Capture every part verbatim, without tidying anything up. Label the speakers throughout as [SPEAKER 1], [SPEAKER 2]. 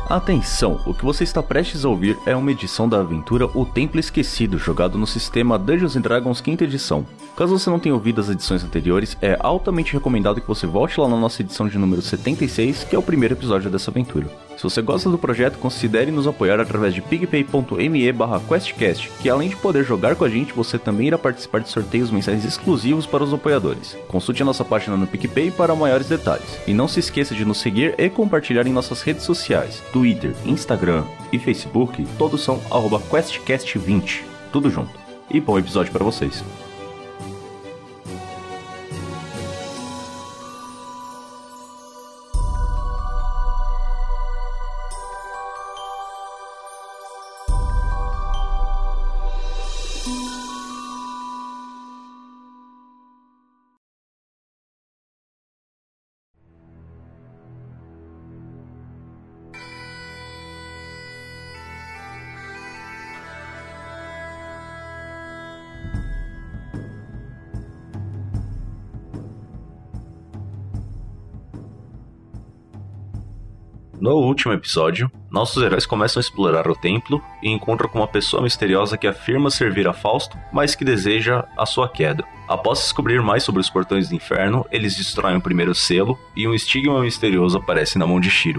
[SPEAKER 1] Atenção, o que você está prestes a ouvir é uma edição da aventura O Templo Esquecido, jogado no sistema Dungeons and Dragons quinta edição. Caso você não tenha ouvido as edições anteriores, é altamente recomendado que você volte lá na nossa edição de número setenta e seis, que é o primeiro episódio dessa aventura. Se você gosta do projeto, considere nos apoiar através de picpay.me barra questcast, que além de poder jogar com a gente, você também irá participar de sorteios mensais exclusivos para os apoiadores. Consulte a nossa página no PicPay para maiores detalhes. E não se esqueça de nos seguir e compartilhar em nossas redes sociais, Twitter, Instagram e Facebook, todos são arroba questcast vinte, tudo junto. E bom episódio para vocês. No último episódio, nossos heróis começam a explorar o templo e encontram com uma pessoa misteriosa que afirma servir a Fausto, mas que deseja a sua queda. Após descobrir mais sobre os portões do inferno, eles destroem o primeiro selo e um estigma misterioso aparece na mão de Shiro.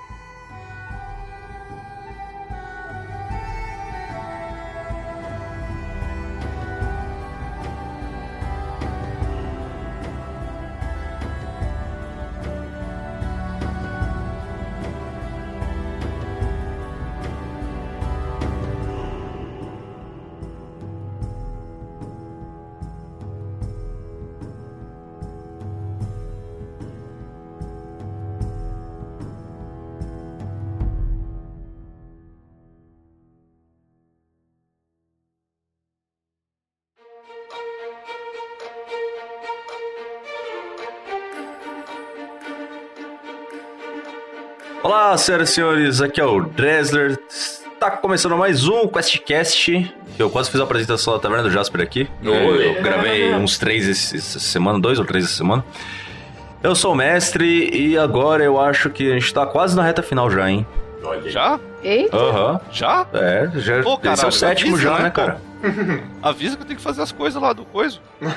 [SPEAKER 1] Olá, senhoras e senhores, aqui é o Dresler. Está começando mais um QuestCast. Eu quase fiz a apresentação da Taverna do Jasper aqui. Eu, eu gravei uns três essa semana, dois ou três essa semana. Eu sou o mestre e agora eu acho que a gente tá quase na reta final já, hein?
[SPEAKER 2] Já?
[SPEAKER 3] Eita?
[SPEAKER 1] Aham. Uhum.
[SPEAKER 2] Já?
[SPEAKER 1] É, já.
[SPEAKER 2] Pô, caralho,
[SPEAKER 1] esse é o sétimo
[SPEAKER 2] avisa,
[SPEAKER 1] já,
[SPEAKER 2] né,
[SPEAKER 1] né, cara?
[SPEAKER 2] Avisa que eu tenho que fazer as coisas lá do coiso.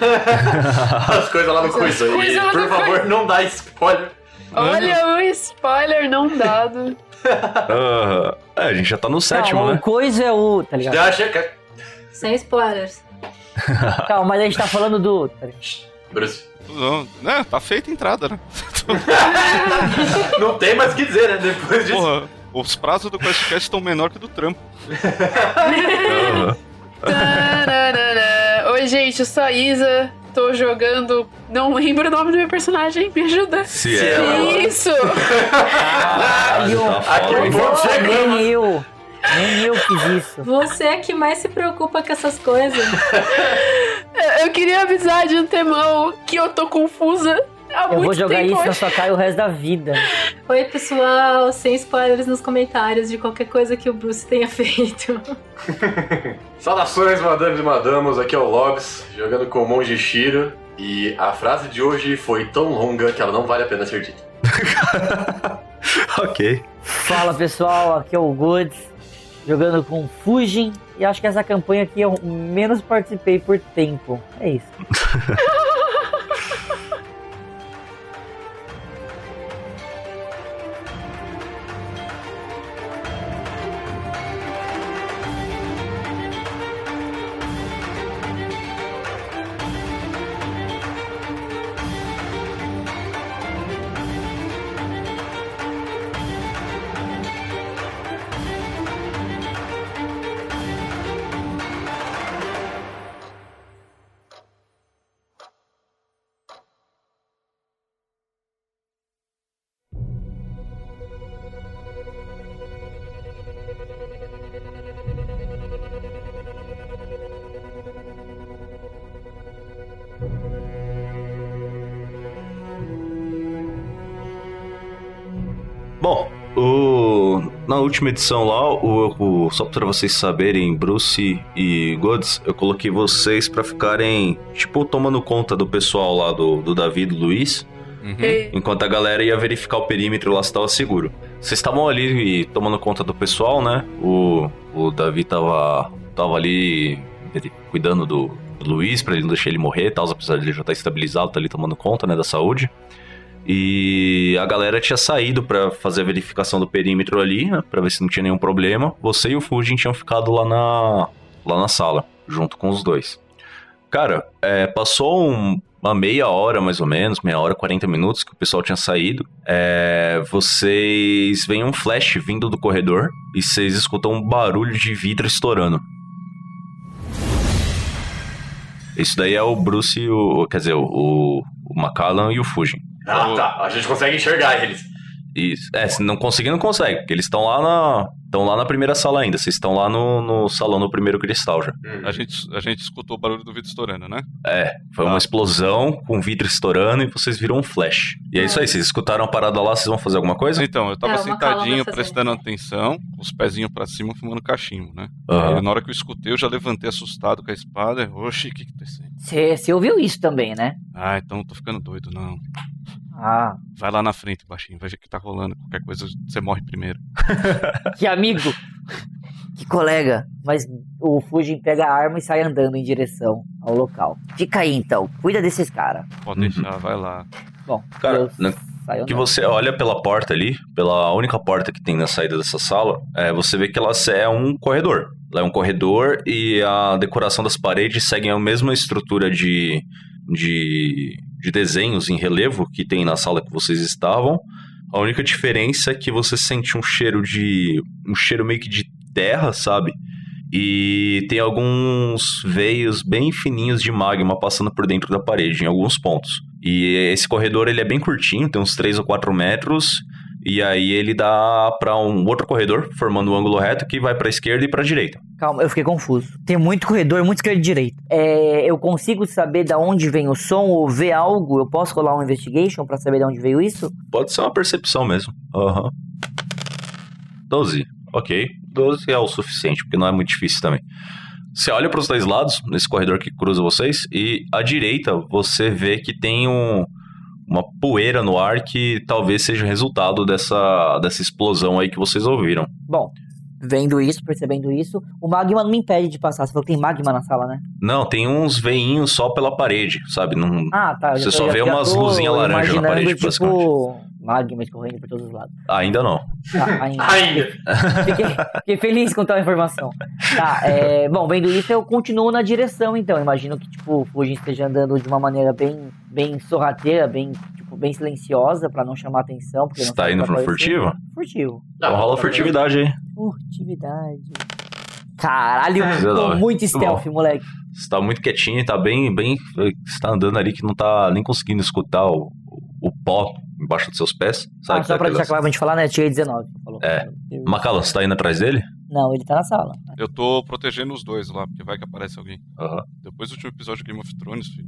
[SPEAKER 4] As coisas lá no coiso.
[SPEAKER 3] Coisa lá
[SPEAKER 4] Por
[SPEAKER 3] no
[SPEAKER 4] favor,
[SPEAKER 3] coiso.
[SPEAKER 4] não dá spoiler.
[SPEAKER 3] Olha o spoiler não dado.
[SPEAKER 1] Uhum. É, a gente já tá no sétimo,
[SPEAKER 5] Calma,
[SPEAKER 1] né?
[SPEAKER 5] o coisa é o... Tá ligado?
[SPEAKER 4] Já chega.
[SPEAKER 3] Sem spoilers.
[SPEAKER 5] Calma, mas a gente tá falando do...
[SPEAKER 4] Bruce.
[SPEAKER 2] Não, né? Tá feita a entrada, né?
[SPEAKER 4] Não tem mais o que dizer, né? Depois disso.
[SPEAKER 2] Porra, os prazos do QuestCast estão menor que do trampo.
[SPEAKER 1] Uhum.
[SPEAKER 3] Tararara. Oi, gente, eu sou a Isa. Tô jogando... Não lembro o nome do meu personagem. Me ajuda.
[SPEAKER 1] Ciela.
[SPEAKER 3] Isso!
[SPEAKER 5] Caralho,
[SPEAKER 4] Aqui é o ponto chegando.
[SPEAKER 5] nem eu. Nem eu fiz isso.
[SPEAKER 6] Você é que mais se preocupa com essas coisas.
[SPEAKER 3] Eu queria avisar de antemão que eu tô confusa há
[SPEAKER 5] Eu
[SPEAKER 3] muito
[SPEAKER 5] vou jogar
[SPEAKER 3] tempo.
[SPEAKER 5] isso na sua cara o resto da vida.
[SPEAKER 6] Oi, pessoal, sem spoilers nos comentários de qualquer coisa que o Bruce tenha feito.
[SPEAKER 4] Saudações, madames e madamos. Aqui é o Lobs, jogando com o Monge Shiro. E a frase de hoje foi tão longa que ela não vale a pena ser dita.
[SPEAKER 1] Ok.
[SPEAKER 5] Fala, pessoal, aqui é o Goods, jogando com Fujin. E acho que essa campanha aqui eu menos participei por tempo. É isso.
[SPEAKER 1] Bom, o... na última edição lá, o... o... só pra vocês saberem, Bruce e Goods, eu coloquei vocês pra ficarem, tipo, tomando conta do pessoal lá, do, do Davi e do Luiz,
[SPEAKER 2] Uhum.
[SPEAKER 1] enquanto a galera ia verificar o perímetro lá se tava seguro. vocês estavam ali tomando conta do pessoal, né? O, o Davi tava, tava ali ele, cuidando do, do Luiz, pra ele não deixar ele morrer e tal, apesar de ele já estar estabilizado, tá ali tomando conta, né, da saúde. E a galera tinha saído pra fazer a verificação do perímetro ali, né, pra ver se não tinha nenhum problema. Você e o Fujin tinham ficado lá na, lá na sala, junto com os dois. Cara, é, passou um, uma meia hora mais ou menos, meia hora, quarenta minutos que o pessoal tinha saído. É, vocês veem um flash vindo do corredor e vocês escutam um barulho de vidro estourando. Isso daí é o Bruce e o... Quer dizer, o, o Macallan e o Fujin.
[SPEAKER 4] Ah, tá. A gente consegue enxergar eles.
[SPEAKER 1] Isso. É, se não conseguir, não consegue, porque eles estão lá na... Estão lá na primeira sala ainda. Vocês estão lá no, no salão do primeiro cristal já.
[SPEAKER 4] Hum.
[SPEAKER 2] A gente, a gente escutou o barulho do vidro estourando, né?
[SPEAKER 1] É, foi uma explosão com vidro estourando e vocês viram um flash. E é isso aí, vocês escutaram a parada lá, vocês vão fazer alguma coisa?
[SPEAKER 2] Então, eu tava
[SPEAKER 6] É, o Macallan
[SPEAKER 2] sentadinho,
[SPEAKER 6] vai fazer.
[SPEAKER 2] prestando atenção, com os pezinhos pra cima, fumando cachimbo, né?
[SPEAKER 1] Aham.
[SPEAKER 2] E na hora que eu escutei, eu já levantei assustado com a espada. Oxi, o que que tá isso aí?
[SPEAKER 5] Você ouviu isso também, né?
[SPEAKER 2] Ah, então eu tô ficando doido, não.
[SPEAKER 5] Ah,
[SPEAKER 2] Vai lá na frente, baixinho, vai ver o que tá rolando. Qualquer coisa, você morre primeiro.
[SPEAKER 5] que amigo! Que colega! Mas o Fujin pega a arma e sai andando em direção ao local. Fica aí então, cuida desses caras.
[SPEAKER 2] Pode
[SPEAKER 1] Uhum.
[SPEAKER 2] deixar, vai lá.
[SPEAKER 5] Bom,
[SPEAKER 1] Cara,
[SPEAKER 5] eu
[SPEAKER 1] na-
[SPEAKER 5] saio
[SPEAKER 1] Que
[SPEAKER 5] andando.
[SPEAKER 1] você olha pela porta ali, pela única porta que tem na saída dessa sala, é, você vê que ela é um corredor. Ela é um corredor e a decoração das paredes segue a mesma estrutura de, de, de desenhos em relevo que tem na sala que vocês estavam. A única diferença é que você sente um cheiro de... um cheiro meio que de terra, sabe? E tem alguns veios bem fininhos de magma passando por dentro da parede, em alguns pontos. E esse corredor, ele é bem curtinho, tem uns três ou quatro metros. E aí ele dá pra um outro corredor, formando um ângulo reto, que vai pra esquerda e pra direita.
[SPEAKER 5] Calma, eu fiquei confuso. Tem muito corredor, muito esquerda e direita. É, eu consigo saber de onde vem o som ou ver algo? Eu posso rolar um investigation pra saber de onde veio isso?
[SPEAKER 1] Pode ser uma percepção mesmo. Aham. doze. Ok. doze é o suficiente, porque não é muito difícil também. Você olha para os dois lados, nesse corredor que cruza vocês, e à direita você vê que tem um, uma poeira no ar que talvez seja resultado dessa, dessa explosão aí que vocês ouviram.
[SPEAKER 5] Bom, vendo isso, percebendo isso, o magma não me impede de passar. Você falou que tem magma na sala, né?
[SPEAKER 1] Não, tem uns veinhos só pela parede, sabe? Não,
[SPEAKER 5] Ah, tá. eu
[SPEAKER 1] Você
[SPEAKER 5] já tô-
[SPEAKER 1] só
[SPEAKER 5] já-
[SPEAKER 1] vê
[SPEAKER 5] já
[SPEAKER 1] umas
[SPEAKER 5] tô
[SPEAKER 1] luzinhas laranja na
[SPEAKER 5] imaginando,
[SPEAKER 1] parede,
[SPEAKER 5] tipo, magma escorrendo por todos os lados.
[SPEAKER 1] ainda não.
[SPEAKER 5] Tá, ainda.
[SPEAKER 4] Ainda.
[SPEAKER 5] Fiquei, fiquei feliz com tal informação. Tá, é, bom, vendo isso, eu continuo na direção, então. Imagino que, tipo, o Fujin esteja andando de uma maneira bem, bem sorrateira, bem, tipo, bem silenciosa, pra não chamar atenção. Porque
[SPEAKER 1] Você
[SPEAKER 5] não
[SPEAKER 1] tá
[SPEAKER 5] sabe
[SPEAKER 1] indo
[SPEAKER 5] o que
[SPEAKER 1] pro
[SPEAKER 5] vai aparecer.
[SPEAKER 1] furtivo?
[SPEAKER 5] Furtivo.
[SPEAKER 4] Tá,
[SPEAKER 1] Então rola
[SPEAKER 4] tá
[SPEAKER 1] furtividade aí.
[SPEAKER 5] Furtividade. Caralho, tô
[SPEAKER 1] dezenove.
[SPEAKER 5] muito stealth, moleque.
[SPEAKER 1] Você tá muito quietinho e tá bem, bem... Você tá andando ali que não tá nem conseguindo escutar o, o pó embaixo dos seus pés. Sabe?
[SPEAKER 5] Ah, só pra deixar claro pra gente falar, né? Tirei dezenove. Falou.
[SPEAKER 1] É. Macallan, você tá indo atrás dele?
[SPEAKER 5] Não, ele tá na sala.
[SPEAKER 2] Eu tô protegendo os dois lá, porque vai que aparece alguém.
[SPEAKER 1] Aham.
[SPEAKER 2] Depois do último episódio de Game of Thrones, filho.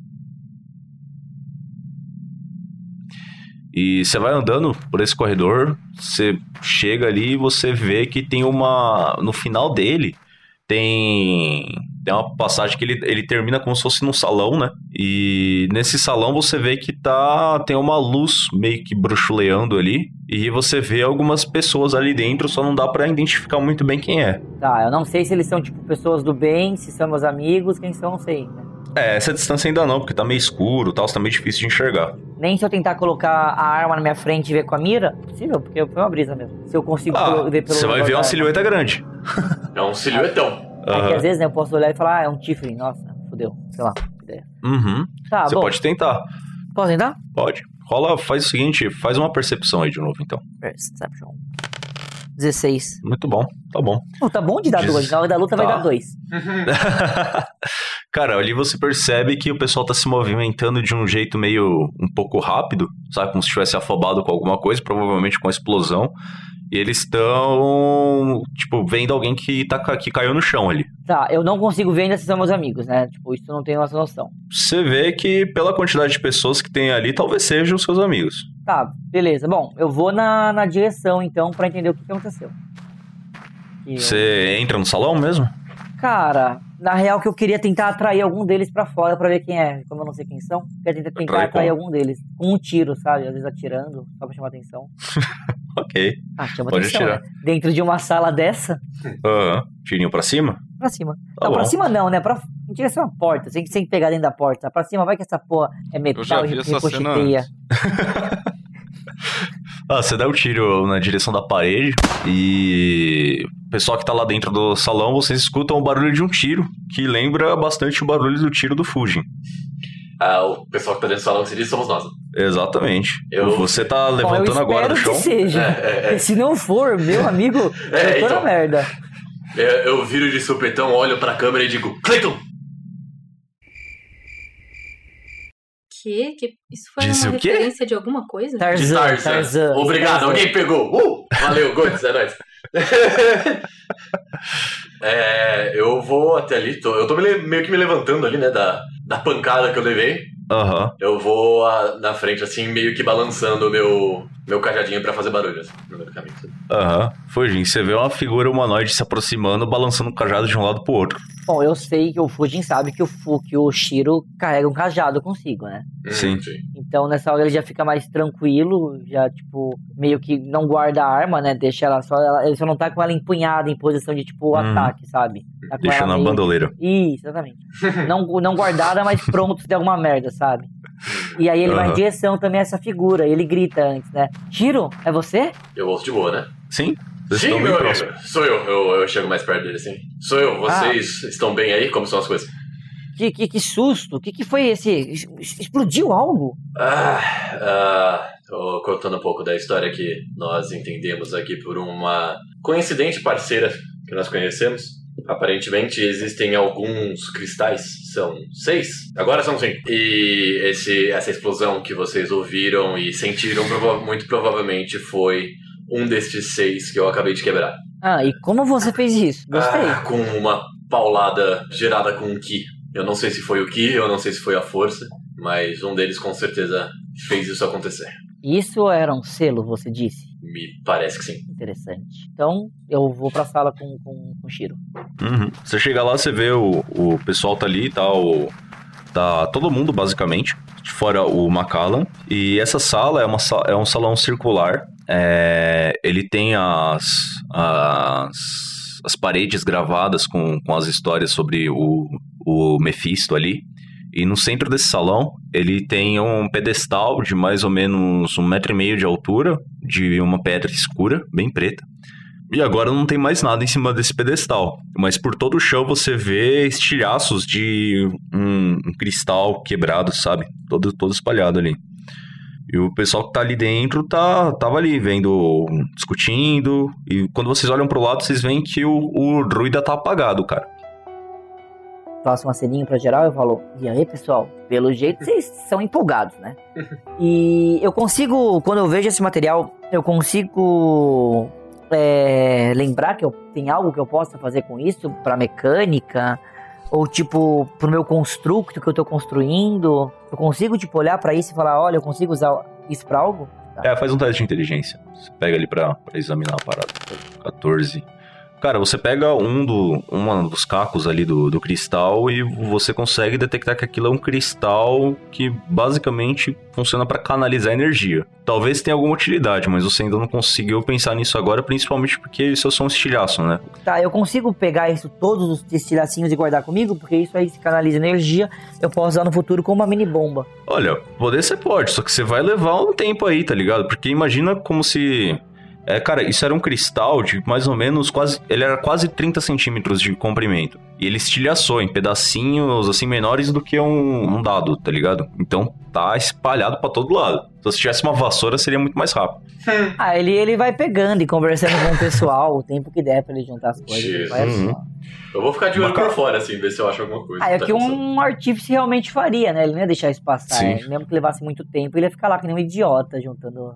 [SPEAKER 1] E você vai andando por esse corredor, você chega ali e você vê que tem uma... No final dele, tem... Tem uma passagem que ele, ele termina como se fosse num salão, né? E nesse salão você vê que tá... Tem uma luz meio que bruxuleando ali. E você vê algumas pessoas ali dentro, só não dá pra identificar muito bem quem é.
[SPEAKER 5] Tá, eu não sei se eles são, tipo, pessoas do bem, se são meus amigos, quem são, não sei. Né?
[SPEAKER 1] É, essa distância ainda não, porque tá meio escuro e tal, tá meio difícil de enxergar.
[SPEAKER 5] Nem se eu tentar colocar a arma na minha frente e ver com a mira, possível, porque foi uma brisa mesmo. Se eu consigo
[SPEAKER 1] Ah,
[SPEAKER 5] colo- ver pelo...
[SPEAKER 1] você vai
[SPEAKER 5] negócio
[SPEAKER 1] ver
[SPEAKER 5] da
[SPEAKER 1] uma
[SPEAKER 5] arma.
[SPEAKER 1] silhueta grande.
[SPEAKER 4] É um silhuetão.
[SPEAKER 5] É que
[SPEAKER 1] Aham.
[SPEAKER 5] às vezes, né, eu posso olhar e falar, ah, é um Tiflin, nossa, fodeu, sei lá. ideia.
[SPEAKER 1] Uhum.
[SPEAKER 5] Tá,
[SPEAKER 1] Você
[SPEAKER 5] bom,
[SPEAKER 1] pode tentar.
[SPEAKER 5] posso tentar?
[SPEAKER 1] Pode. Rola, faz o seguinte, faz uma percepção aí de novo, então.
[SPEAKER 5] Perception. dezesseis.
[SPEAKER 1] Muito bom, tá bom.
[SPEAKER 5] Pô, tá bom de dar
[SPEAKER 1] Dez-
[SPEAKER 5] dois, na hora da luta vai
[SPEAKER 1] Tá.
[SPEAKER 5] dar dois.
[SPEAKER 1] Cara, ali você percebe que o pessoal tá se movimentando de um jeito meio um pouco rápido, sabe? Como se estivesse afobado com alguma coisa, provavelmente com a explosão. E eles estão, tipo, vendo alguém que, tá, ca- que caiu no chão ali.
[SPEAKER 5] Tá, eu não consigo ver ainda se são meus amigos, né? Tipo, isso eu não tenho essa noção.
[SPEAKER 1] Você vê que pela quantidade de pessoas que tem ali, talvez sejam os seus amigos.
[SPEAKER 5] Tá, beleza. Bom, eu vou na, na direção, então, pra entender o que, que aconteceu. Que eu-
[SPEAKER 1] Você entra no salão mesmo?
[SPEAKER 5] Cara, na real que eu queria tentar atrair algum deles pra fora pra ver quem é. Como eu não sei quem são, eu queria tentar, tentar
[SPEAKER 1] Atrai
[SPEAKER 5] atrair
[SPEAKER 1] como?
[SPEAKER 5] algum deles. Com um tiro, sabe? Às vezes atirando, só pra chamar atenção.
[SPEAKER 1] Ok.
[SPEAKER 5] Ah, chama
[SPEAKER 1] Pode
[SPEAKER 5] atenção,
[SPEAKER 1] atirar.
[SPEAKER 5] né? Dentro de uma sala dessa,
[SPEAKER 1] Aham. Tirinho pra cima?
[SPEAKER 5] pra cima.
[SPEAKER 1] Tá
[SPEAKER 5] não, pra
[SPEAKER 1] bom.
[SPEAKER 5] cima não, né? Pra, em direção à porta. Sem, sem pegar dentro da porta. Pra cima, vai que essa porra é
[SPEAKER 2] Eu já
[SPEAKER 5] metal
[SPEAKER 2] vi
[SPEAKER 5] e
[SPEAKER 2] essa cena
[SPEAKER 5] ricocheteia.
[SPEAKER 2] antes.
[SPEAKER 1] Ah, você dá o tiro na direção da parede e o pessoal que tá lá dentro do salão, vocês escutam o barulho de um tiro, que lembra bastante o barulho do tiro do Fujin.
[SPEAKER 4] Ah, o pessoal que tá dentro do salão que se diz somos nós. Né?
[SPEAKER 1] Exatamente.
[SPEAKER 4] Eu-
[SPEAKER 1] Você tá
[SPEAKER 5] Bom,
[SPEAKER 1] levantando
[SPEAKER 5] eu
[SPEAKER 1] agora do
[SPEAKER 5] espero
[SPEAKER 1] chão.
[SPEAKER 5] que seja.
[SPEAKER 4] É, é, é.
[SPEAKER 5] Se não for, meu amigo,
[SPEAKER 4] É,
[SPEAKER 5] eu tô na
[SPEAKER 4] então.
[SPEAKER 5] merda.
[SPEAKER 4] Eu, eu viro de supetão, olho pra câmera e digo, Clayton!
[SPEAKER 6] Que? que isso foi
[SPEAKER 1] Disse
[SPEAKER 6] uma
[SPEAKER 1] o quê?
[SPEAKER 6] referência de alguma coisa?
[SPEAKER 4] De
[SPEAKER 5] Tarzan,
[SPEAKER 4] Tarzan.
[SPEAKER 5] Tarzan.
[SPEAKER 4] Obrigado,
[SPEAKER 5] Tarzan.
[SPEAKER 4] alguém pegou. Uh! Valeu, Gomes, é nóis. É, eu vou até ali, tô, eu tô me le- meio que me levantando ali, né, da, da pancada que eu levei.
[SPEAKER 1] Aham.
[SPEAKER 4] Eu vou ah, na frente, assim, meio que balançando o meu, meu cajadinho pra fazer barulho, assim, no meio do caminho.
[SPEAKER 1] Aham. Fujin, você vê uma figura humanoide se aproximando, balançando o cajado de um lado pro outro.
[SPEAKER 5] Bom, eu sei que o Fujin sabe que o, Fu- que o Shiro carrega um cajado consigo, né?
[SPEAKER 4] Hum,
[SPEAKER 1] Sim.
[SPEAKER 5] Então nessa hora ele já fica mais tranquilo, já tipo, meio que não guarda a arma, né? Deixa ela só, ela, ele só não tá com ela empunhada em posição de tipo
[SPEAKER 1] Uhum.
[SPEAKER 5] ataque, sabe? Tá com
[SPEAKER 1] Deixa
[SPEAKER 5] ela
[SPEAKER 1] na
[SPEAKER 5] meio-
[SPEAKER 1] bandoleira.
[SPEAKER 5] Isso, exatamente. não, não guardada, mas pronto se der alguma merda, sabe? E aí ele vai em
[SPEAKER 1] Aham.
[SPEAKER 5] direção também a essa figura, e ele grita antes, né? Shiro, é você?
[SPEAKER 4] Eu ouço de boa, né?
[SPEAKER 1] Sim? Vocês
[SPEAKER 4] Sim,
[SPEAKER 1] estão bem
[SPEAKER 4] meu
[SPEAKER 1] próximos.
[SPEAKER 4] amigo. Sou eu. eu. Eu chego mais perto dele, assim. Sou eu. Vocês estão bem aí? Como são as coisas?
[SPEAKER 5] Que, que, que susto! O que, que foi esse? Es- Explodiu algo?
[SPEAKER 4] Ah, ah, tô contando um pouco da história que nós entendemos aqui por uma coincidente parceira que nós conhecemos. Aparentemente existem alguns cristais, são seis, agora são cinco. E esse, essa explosão que vocês ouviram e sentiram prova- muito provavelmente foi um destes seis que eu acabei de quebrar.
[SPEAKER 5] Ah, e como você fez isso? Gostei.
[SPEAKER 4] Ah, com uma paulada gerada com um Ki. Eu não sei se foi o Ki, eu não sei se foi a força, mas um deles com certeza fez isso acontecer.
[SPEAKER 5] Isso era um selo, você disse?
[SPEAKER 4] Me parece que sim.
[SPEAKER 5] Interessante. Então, eu vou pra sala com, com, com o Shiro.
[SPEAKER 1] Uhum. Você chega lá, você vê o, o pessoal tá ali, tá, o, tá todo mundo basicamente, fora o Macallan. E essa sala é, uma, sa- é um salão circular. É, ele tem as, as, as paredes gravadas com, com as histórias sobre o, o Mephisto ali. E no centro desse salão, ele tem um pedestal de mais ou menos um metro e meio de altura, de uma pedra escura, bem preta. E agora não tem mais nada em cima desse pedestal. Mas por todo o chão você vê estilhaços de um, um cristal quebrado, sabe? Todo, todo espalhado ali. E o pessoal que tá ali dentro tá, tava ali vendo, discutindo. E quando vocês olham pro lado, vocês veem que o, o druida tá apagado, cara.
[SPEAKER 5] Faço um aceninho pra geral e eu falo, e aí, pessoal? Pelo jeito, vocês são empolgados, né? E eu consigo, quando eu vejo esse material, eu consigo é, lembrar que eu, tem algo que eu possa fazer com isso pra mecânica, ou tipo, pro meu construto que eu tô construindo. Eu consigo, tipo, olhar pra isso e falar, olha, eu consigo usar isso pra algo?
[SPEAKER 1] É, faz um teste de inteligência. Você pega ali pra, pra examinar a parada. quatorze. Cara, você pega um, do, um dos cacos ali do, do cristal e você consegue detectar que aquilo é um cristal que basicamente funciona para canalizar energia. Talvez tenha alguma utilidade, mas você ainda não conseguiu pensar nisso agora, principalmente porque isso é só um estilhaço, né?
[SPEAKER 5] Tá, eu consigo pegar isso, todos os estilhacinhos e guardar comigo, porque isso aí se canaliza energia, eu posso usar no futuro como uma mini bomba.
[SPEAKER 1] Olha, poder você pode, só que você vai levar um tempo aí, tá ligado? Porque imagina como se... É, cara, isso era um cristal de mais ou menos quase... Ele era quase trinta centímetros de comprimento. E ele estilhaçou em pedacinhos, assim, menores do que um, um dado, tá ligado? Então, tá espalhado pra todo lado. Então, se tivesse uma vassoura, seria muito mais rápido.
[SPEAKER 5] Ah, ele, ele vai pegando e conversando com o pessoal, o tempo que der pra ele juntar as coisas. Ele vai
[SPEAKER 1] Uhum.
[SPEAKER 5] só.
[SPEAKER 4] Eu vou ficar de olho
[SPEAKER 1] Maca-
[SPEAKER 4] por fora, assim, ver se eu acho alguma coisa.
[SPEAKER 5] Ah, é o
[SPEAKER 4] Tá
[SPEAKER 5] que
[SPEAKER 4] acontecendo.
[SPEAKER 5] um artífice realmente faria, né? Ele não ia deixar isso passar.
[SPEAKER 1] Sim.
[SPEAKER 5] É, mesmo que levasse muito tempo, ele ia ficar lá que nem um idiota, juntando...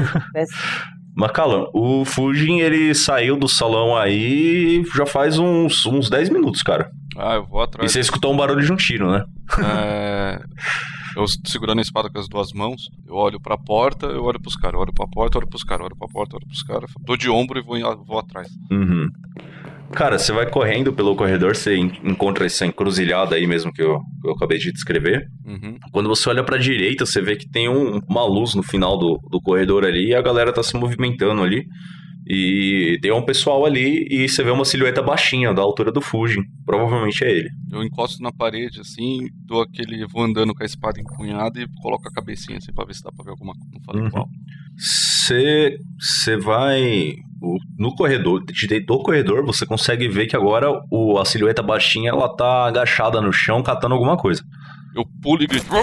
[SPEAKER 1] Macallan, o Fujin, ele saiu do salão aí já faz uns, uns dez minutos, cara.
[SPEAKER 2] Ah, eu vou
[SPEAKER 1] E
[SPEAKER 2] atrás.
[SPEAKER 1] você escutou um barulho de um tiro, né?
[SPEAKER 2] É, eu segurando a espada com as duas mãos, eu olho pra porta, eu olho pros caras, eu olho pra porta, eu olho pros caras, eu olho pra porta, eu olho pros caras, dou de ombro e vou, em- vou atrás.
[SPEAKER 1] Uhum. Cara, você vai correndo pelo corredor, você encontra essa encruzilhada aí mesmo que eu, que eu acabei de descrever.
[SPEAKER 2] Uhum.
[SPEAKER 1] Quando você olha pra direita, você vê que tem um, uma luz no final do, do corredor ali e a galera tá se movimentando ali. E tem um pessoal ali e você vê uma silhueta baixinha, da altura do Fujin. Provavelmente é ele.
[SPEAKER 2] Eu encosto na parede, assim, dou aquele... Vou andando com a espada empunhada e coloco a cabecinha, assim, pra ver se dá pra ver alguma coisa. Não falei
[SPEAKER 1] Uhum.
[SPEAKER 2] qual.
[SPEAKER 1] Você você vai... o- No corredor, de dentro do corredor, você consegue ver que agora o, a silhueta baixinha, ela tá agachada no chão, catando alguma coisa.
[SPEAKER 2] Eu pulo e grito...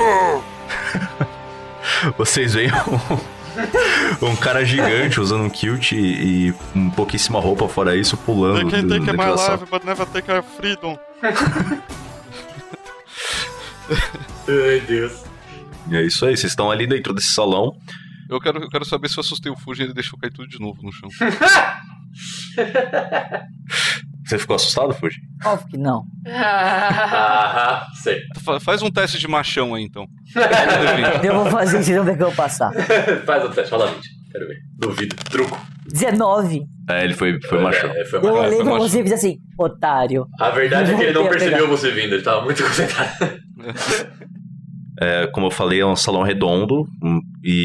[SPEAKER 1] Vocês veem um, um cara gigante usando um kilt e, e um pouquíssima roupa, fora isso, pulando
[SPEAKER 2] They can take
[SPEAKER 1] dentro
[SPEAKER 2] my
[SPEAKER 1] da sala.
[SPEAKER 2] life, but never take our freedom.
[SPEAKER 4] Ai, Deus.
[SPEAKER 1] E é isso aí, vocês estão ali dentro desse salão.
[SPEAKER 2] Eu quero, eu quero saber se eu assustei o Fuji e ele deixou cair tudo de novo no chão.
[SPEAKER 1] Você ficou assustado, Fuji?
[SPEAKER 5] Óbvio que não.
[SPEAKER 4] Aham, sei.
[SPEAKER 2] Fa- Faz um teste de machão aí, então.
[SPEAKER 5] Eu vou fazer isso e não ver que eu vou passar.
[SPEAKER 4] Faz o teste, fala vinte. Quero ver. Duvido. Truco.
[SPEAKER 5] dezenove.
[SPEAKER 1] É, ele foi, foi machão.
[SPEAKER 4] É, foi
[SPEAKER 5] Eu
[SPEAKER 4] machão.
[SPEAKER 5] olhei
[SPEAKER 2] foi
[SPEAKER 5] pra
[SPEAKER 2] macho.
[SPEAKER 5] você e fiz assim, otário.
[SPEAKER 4] A verdade é que ele não
[SPEAKER 5] Voltei a
[SPEAKER 4] percebeu
[SPEAKER 5] pegar.
[SPEAKER 4] você vindo, ele tava muito concentrado.
[SPEAKER 1] É, como eu falei, é um salão redondo hum,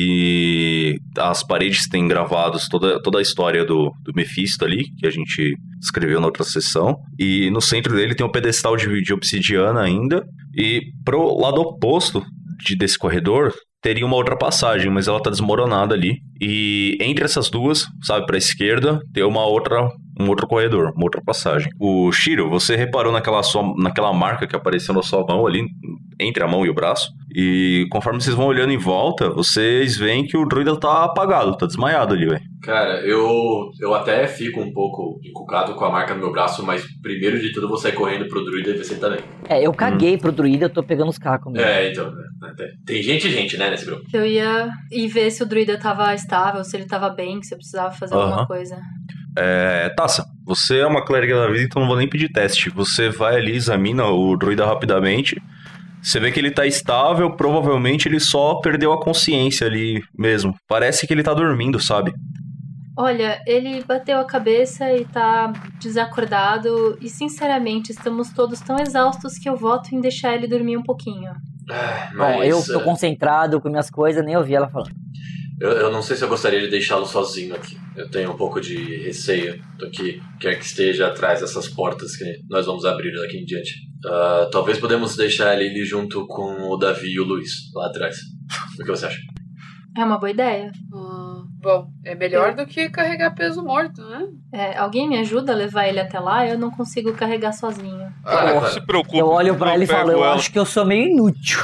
[SPEAKER 1] e as paredes têm gravados toda, toda a história do, do Mephisto ali, que a gente escreveu na outra sessão. E no centro dele tem um pedestal de, de obsidiana ainda. E pro lado oposto de, desse corredor teria uma outra passagem, mas ela tá desmoronada ali. E entre essas duas, sabe, pra esquerda, tem uma outra, um outro corredor, uma outra passagem. O Shiro, você reparou naquela, sua, naquela marca que apareceu na sua mão ali, entre a mão e o braço. E conforme vocês vão olhando em volta, vocês veem que o druida tá apagado, tá desmaiado ali, velho.
[SPEAKER 4] Cara, eu, eu até fico um pouco encucado com a marca no meu braço, mas primeiro de tudo eu vou sair correndo pro druida e ver se ele tá bem.
[SPEAKER 5] É, eu caguei pro druida, eu tô pegando os cacos mesmo.
[SPEAKER 4] É, então, né, tem- tem gente e gente, né, nesse grupo.
[SPEAKER 6] Eu ia ir ver se o druida tava estável, se ele tava bem, se eu precisava fazer
[SPEAKER 1] Aham.
[SPEAKER 6] alguma coisa.
[SPEAKER 1] É, Tassa, você é uma clériga da vida, então não vou nem pedir teste. Você vai ali, examina o druida rapidamente. Você vê que ele tá estável, provavelmente ele só perdeu a consciência ali mesmo. Parece que ele tá dormindo, sabe?
[SPEAKER 6] Olha, ele bateu a cabeça e tá desacordado. E sinceramente, estamos todos tão exaustos que eu voto em deixar ele dormir um pouquinho.
[SPEAKER 4] Ah,
[SPEAKER 5] Bom, eu tô
[SPEAKER 4] é,
[SPEAKER 5] concentrado com minhas coisas, nem ouvi ela falando.
[SPEAKER 4] eu, eu não sei se eu gostaria de deixá-lo sozinho aqui. Eu tenho um pouco de receio do que quer que esteja atrás dessas portas que nós vamos abrir daqui em diante. Ah, talvez podemos deixar ele ali junto com o Davi e o Luiz, lá atrás. O que você acha?
[SPEAKER 6] É uma boa ideia.
[SPEAKER 3] Hum, bom, é melhor do que carregar peso morto, né?
[SPEAKER 6] É, alguém me ajuda a levar ele até lá? Eu não consigo carregar sozinho.
[SPEAKER 2] Ah,
[SPEAKER 4] Ah,
[SPEAKER 2] não
[SPEAKER 4] cara.
[SPEAKER 2] se preocupe.
[SPEAKER 5] Eu olho pra ele e
[SPEAKER 2] pego
[SPEAKER 5] falo, eu
[SPEAKER 2] ela.
[SPEAKER 5] acho que eu sou meio inútil.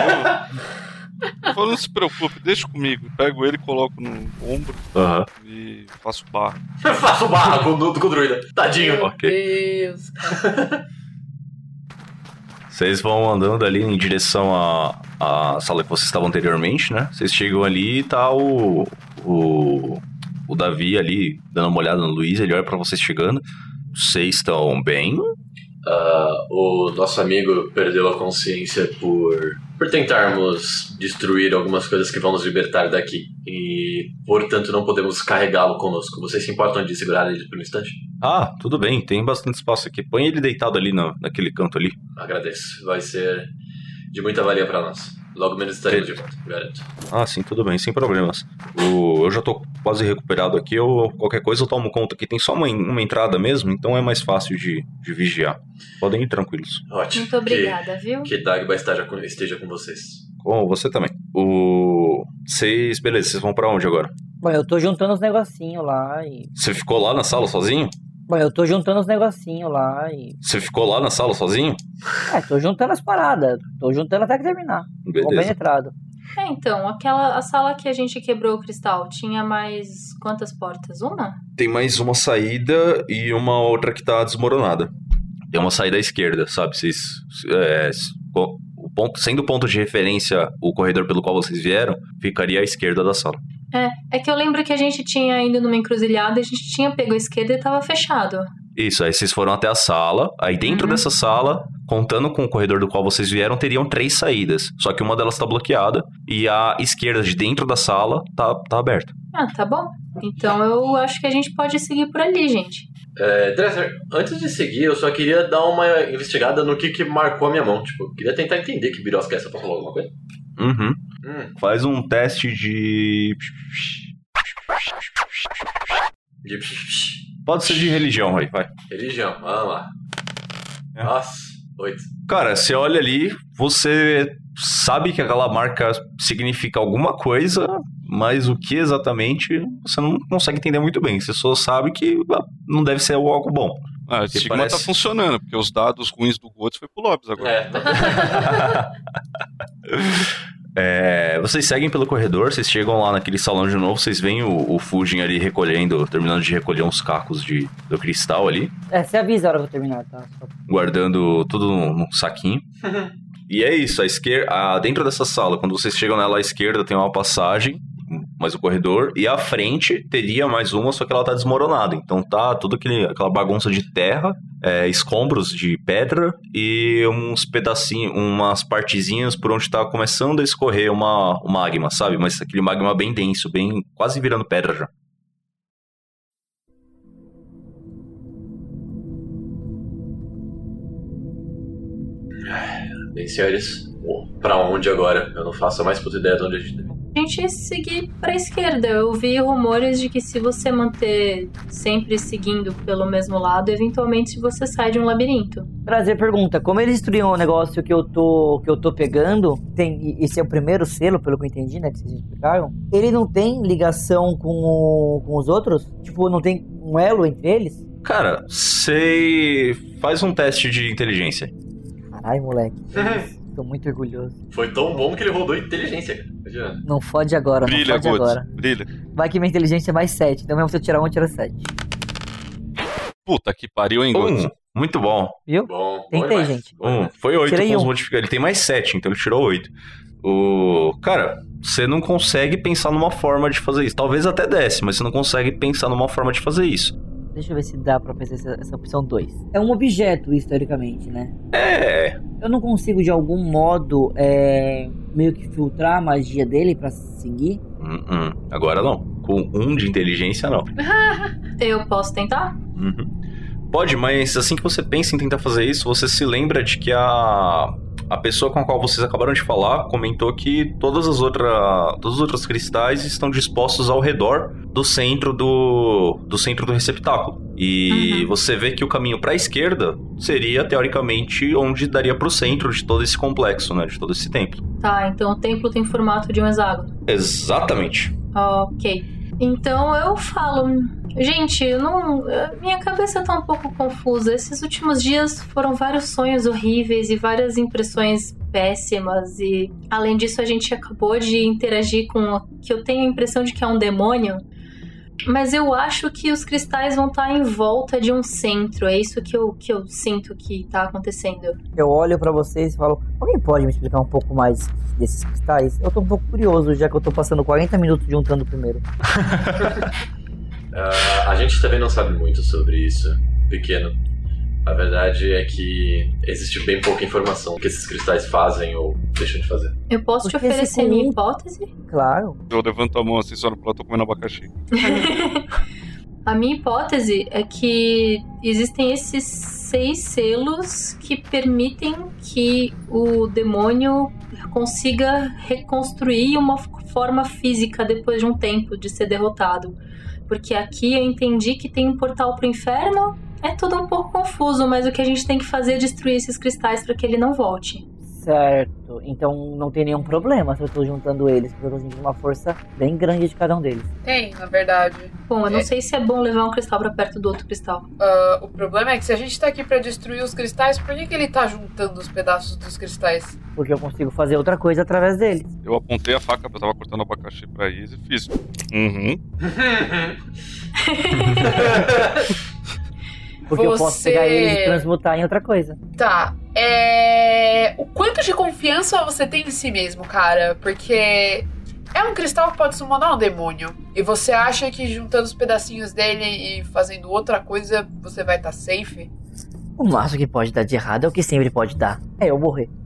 [SPEAKER 2] Eu falo, não se preocupe, deixa comigo. Pego ele, coloco no ombro
[SPEAKER 1] Aham.
[SPEAKER 2] e faço barra.
[SPEAKER 4] Eu faço barra com, o- com o druida. Tadinho.
[SPEAKER 3] Meu
[SPEAKER 1] Ok.
[SPEAKER 3] Deus, cara.
[SPEAKER 1] Vocês vão andando ali em direção à, à sala que vocês estavam anteriormente, né? Vocês chegam ali e tá o, o, o Davi ali dando uma olhada no Luiz, ele olha pra vocês chegando. Vocês estão bem?
[SPEAKER 4] Ah, o nosso amigo perdeu a consciência por, por tentarmos destruir algumas coisas que vão nos libertar daqui. E, portanto, não podemos carregá-lo conosco. Vocês se importam de segurar ele por um instante?
[SPEAKER 1] Ah, tudo bem, tem bastante espaço aqui. Põe ele deitado ali na, naquele canto ali.
[SPEAKER 4] Agradeço. Vai ser de muita valia pra nós. Logo menos estaremos de volta, garanto.
[SPEAKER 1] Ah, sim, tudo bem, sem problemas. O, eu já tô quase recuperado aqui, eu, qualquer coisa eu tomo conta aqui. Tem só uma, uma entrada mesmo, então é mais fácil de, de vigiar. Podem ir tranquilos.
[SPEAKER 4] Ótimo.
[SPEAKER 6] Muito obrigada, viu?
[SPEAKER 4] Que, que Dagba esteja com, esteja com vocês.
[SPEAKER 1] Com você também. O... Vocês, beleza, vocês vão pra onde agora?
[SPEAKER 5] Bom, eu tô juntando os negocinhos lá e...
[SPEAKER 1] Você ficou lá na sala sozinho?
[SPEAKER 5] Bom, eu tô juntando os negocinhos lá e...
[SPEAKER 1] Você ficou lá na sala sozinho?
[SPEAKER 5] É, tô juntando as paradas. Tô juntando até que terminar. Tô
[SPEAKER 1] Beleza.
[SPEAKER 5] penetrado.
[SPEAKER 6] É, então, aquela a sala que a gente quebrou o cristal tinha mais quantas portas? Uma?
[SPEAKER 1] Tem mais uma saída e uma outra que tá desmoronada. Tem uma saída à esquerda, sabe? Vocês... É, o ponto, sendo o ponto de referência o corredor pelo qual vocês vieram, ficaria à esquerda da sala.
[SPEAKER 6] É, é que eu lembro que a gente tinha ido numa encruzilhada, a gente tinha pego a esquerda e tava fechado.
[SPEAKER 1] Isso, aí vocês foram até a sala, aí dentro
[SPEAKER 6] Uhum.
[SPEAKER 1] dessa sala, contando com o corredor do qual vocês vieram, teriam três saídas. Só que uma delas tá bloqueada e a esquerda de dentro da sala tá, tá aberta.
[SPEAKER 6] Ah, tá bom. Então eu acho que a gente pode seguir por ali, gente.
[SPEAKER 4] É, Dresser, antes de seguir, eu só queria dar uma investigada no que, que marcou a minha mão. Tipo, eu queria tentar entender que birosca é essa. Posso falar alguma coisa?
[SPEAKER 1] Uhum.
[SPEAKER 4] Hum.
[SPEAKER 1] Faz um teste de...
[SPEAKER 4] De...
[SPEAKER 1] Pode ser de religião aí, vai.
[SPEAKER 4] Religião, vamos lá.
[SPEAKER 1] É.
[SPEAKER 4] Nossa, oito.
[SPEAKER 1] Cara, você olha ali, você sabe que aquela marca significa alguma coisa, mas o que exatamente você não consegue entender muito bem. Você só sabe que não deve ser algo bom.
[SPEAKER 2] Ah, o Sigma
[SPEAKER 1] parece...
[SPEAKER 2] tá funcionando, porque os dados ruins do Gotos foi pro Lopes agora.
[SPEAKER 4] É, tá.
[SPEAKER 1] É, vocês seguem pelo corredor, vocês chegam lá naquele salão de novo, vocês veem o, o Fujin ali recolhendo, terminando de recolher uns cacos de, do cristal ali.
[SPEAKER 5] É, você avisa a hora que eu terminar, tá? Só...
[SPEAKER 1] Guardando tudo num, num saquinho. E é isso, a esquerda, a, dentro dessa sala, quando vocês chegam nela à esquerda tem uma passagem, mais o corredor, e à frente teria mais uma, só que ela tá desmoronada. Então tá tudo aquele, aquela bagunça de terra, é, escombros de pedra e uns pedacinhos, umas partezinhas por onde tá começando a escorrer uma, o magma, sabe? Mas aquele magma bem denso, bem quase virando pedra já.
[SPEAKER 4] Bem, senhores, pra onde agora? Eu não faço a mais puta ideia de onde a gente deve.
[SPEAKER 6] A gente seguir pra esquerda. Eu vi rumores de que se você manter sempre seguindo pelo mesmo lado, eventualmente você sai de um labirinto.
[SPEAKER 5] Prazer, pergunta. Como eles destruíram o negócio que eu tô, que eu tô pegando, tem, esse é o primeiro selo, pelo que eu entendi, né, que vocês explicaram, ele não tem ligação com, o, com os outros? Tipo, não tem um elo entre eles?
[SPEAKER 1] Cara, você faz um teste de inteligência.
[SPEAKER 5] Caralho, moleque. Tô muito orgulhoso.
[SPEAKER 4] Foi tão bom que ele rodou inteligência, cara. Imagina.
[SPEAKER 5] Não fode agora,
[SPEAKER 2] Brilha,
[SPEAKER 5] não fode
[SPEAKER 2] Gotos,
[SPEAKER 5] agora.
[SPEAKER 2] brilha.
[SPEAKER 5] Vai que minha inteligência é mais sete, então mesmo se eu tirar um, eu tiro sete.
[SPEAKER 2] Puta que pariu, hein, Gotos?
[SPEAKER 1] Um, muito bom.
[SPEAKER 5] Viu?
[SPEAKER 4] Bom, bom
[SPEAKER 5] Tentei,
[SPEAKER 4] demais.
[SPEAKER 5] gente.
[SPEAKER 1] Um, foi oito
[SPEAKER 5] Tirei
[SPEAKER 1] com os
[SPEAKER 5] um.
[SPEAKER 1] modificados. Ele tem mais sete, então ele tirou oito. O... Cara, você não consegue pensar numa forma de fazer isso. Talvez até desse, mas você não consegue pensar numa forma de fazer isso.
[SPEAKER 5] Deixa eu ver se dá pra fazer essa, essa opção dois. É um objeto, historicamente, né?
[SPEAKER 1] É...
[SPEAKER 5] Eu não consigo, de algum modo, é, meio que filtrar a magia dele pra seguir?
[SPEAKER 1] Hum, hum. Agora não. Com um de inteligência, não.
[SPEAKER 6] Eu posso tentar?
[SPEAKER 1] Uhum. Pode, mas assim que você pensa em tentar fazer isso, você se lembra de que a... A pessoa com a qual vocês acabaram de falar comentou que todas as outras, todos os outros cristais estão dispostos ao redor do centro do, do centro do receptáculo. E uhum. Você vê que o caminho para a esquerda seria, teoricamente, onde daria para o centro de todo esse complexo, né? De todo esse templo.
[SPEAKER 6] Tá, então o templo tem formato de um hexágono.
[SPEAKER 1] Exatamente.
[SPEAKER 6] Ok. Então eu falo... Gente, eu não... minha cabeça tá um pouco confusa. Esses últimos dias foram vários sonhos horríveis e várias impressões péssimas. E, além disso, a gente acabou de interagir com o que eu tenho a impressão de que é um demônio. Mas eu acho que os cristais vão estar em volta de um centro. É isso que eu, que eu sinto que tá acontecendo.
[SPEAKER 5] Eu olho pra vocês e falo... Alguém pode me explicar um pouco mais desses cristais? Eu tô um pouco curioso, já que eu tô passando quarenta minutos juntando o primeiro.
[SPEAKER 4] Uh, a gente também não sabe muito sobre isso, pequeno. A verdade é que existe bem pouca informação do que esses cristais fazem ou deixam de fazer.
[SPEAKER 6] Eu posso
[SPEAKER 5] Porque
[SPEAKER 6] te oferecer
[SPEAKER 5] comum...
[SPEAKER 6] minha hipótese?
[SPEAKER 5] Claro.
[SPEAKER 2] Eu levanto a mão assim, só no prato, tô comendo abacaxi.
[SPEAKER 6] A minha hipótese é que existem esses seis selos que permitem que o demônio consiga reconstruir uma forma física depois de um tempo de ser derrotado. Porque aqui eu entendi que tem um portal pro inferno. É tudo um pouco confuso, mas o que a gente tem que fazer é destruir esses cristais para que ele não volte.
[SPEAKER 5] Certo. Então não tem nenhum problema se eu tô juntando eles, porque eu tô sentindo uma força bem grande de cada um deles.
[SPEAKER 3] Tem, na verdade.
[SPEAKER 6] Bom, eu não
[SPEAKER 3] É.
[SPEAKER 6] sei se é bom levar um cristal pra perto do outro cristal.
[SPEAKER 3] Ah, o problema é que se a gente tá aqui pra destruir os cristais, por que, que ele tá juntando os pedaços dos cristais?
[SPEAKER 5] Porque eu consigo fazer outra coisa através deles.
[SPEAKER 2] Eu apontei a faca, eu tava cortando abacaxi pra Izzy e fiz. Uhum.
[SPEAKER 5] Porque eu posso
[SPEAKER 3] Você-
[SPEAKER 5] pegar eles e transmutar em outra coisa.
[SPEAKER 3] Tá, é... O quanto de confiança você tem em si mesmo, cara? Porque é um cristal que pode summonar um demônio. E você acha que juntando os pedacinhos dele e fazendo outra coisa, você vai estar safe?
[SPEAKER 5] O máximo que pode dar de errado é o que sempre pode dar. É eu morrer.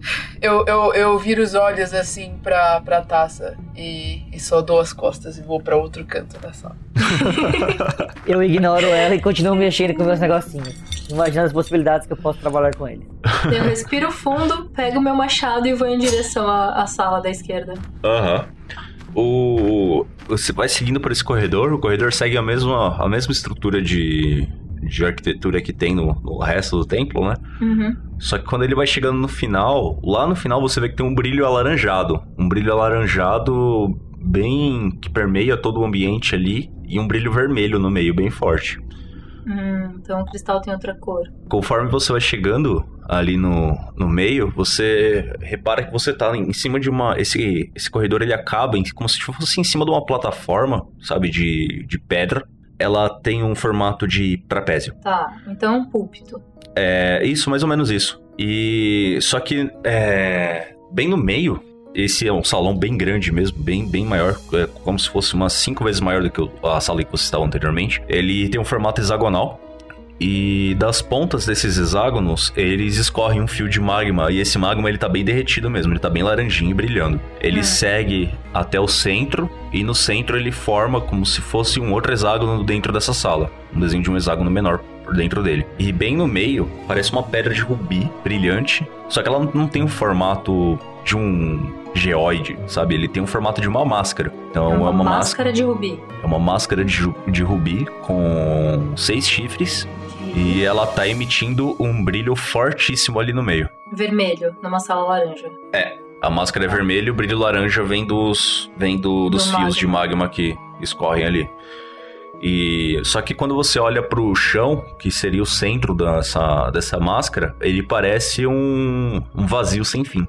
[SPEAKER 3] Eu, eu, eu viro os olhos assim pra, pra taça e, e só dou as costas e vou pra outro canto da sala.
[SPEAKER 5] Eu ignoro ela e continuo mexendo com meus negocinhos, imaginando as possibilidades que eu posso trabalhar com ele.
[SPEAKER 6] Eu respiro fundo, pego meu machado e vou em direção à, à sala da esquerda.
[SPEAKER 1] Aham. Uhum. O... Você vai seguindo por esse corredor, o corredor segue a mesma, a mesma estrutura de, de arquitetura que tem no, no resto do templo, né?
[SPEAKER 6] Uhum.
[SPEAKER 1] Só que quando ele vai chegando no final, lá no final você vê que tem um brilho alaranjado. Um brilho alaranjado bem... que permeia todo o ambiente ali. E um brilho vermelho no meio, bem forte.
[SPEAKER 6] Hum, então o cristal tem outra cor.
[SPEAKER 1] Conforme você vai chegando ali no, no meio, você repara que você tá em cima de uma... Esse, esse corredor, ele acaba em, como se fosse em cima de uma plataforma, sabe, de, de pedra. Ela tem um formato de trapézio.
[SPEAKER 6] Tá, então é um púlpito.
[SPEAKER 1] É isso, mais ou menos isso. E só que é, bem no meio, esse é um salão bem grande mesmo, bem, bem maior, é como se fosse umas cinco vezes maior do que a sala que você estava anteriormente. Ele tem um formato hexagonal e das pontas desses hexágonos, eles escorrem um fio de magma e esse magma ele tá bem derretido mesmo, ele tá bem laranjinho e brilhando. Ele hum. segue até o centro e no centro ele forma como se fosse um outro hexágono dentro dessa sala, um desenho de um hexágono menor por dentro dele. E bem no meio, parece uma pedra de rubi brilhante, só que ela não tem um formato de um geoide, sabe? Ele tem um formato de uma máscara. Então
[SPEAKER 6] é uma,
[SPEAKER 1] é uma
[SPEAKER 6] máscara,
[SPEAKER 1] máscara
[SPEAKER 6] de rubi.
[SPEAKER 1] É uma máscara de, de rubi com seis chifres que... e ela tá emitindo um brilho fortíssimo ali no meio.
[SPEAKER 6] Vermelho, numa sala laranja.
[SPEAKER 1] É, a máscara é vermelha e o brilho laranja vem dos, vem do, dos do fios magma. de magma que escorrem ali. E só que quando você olha pro chão, que seria o centro dessa, dessa máscara, ele parece um, um vazio sem fim.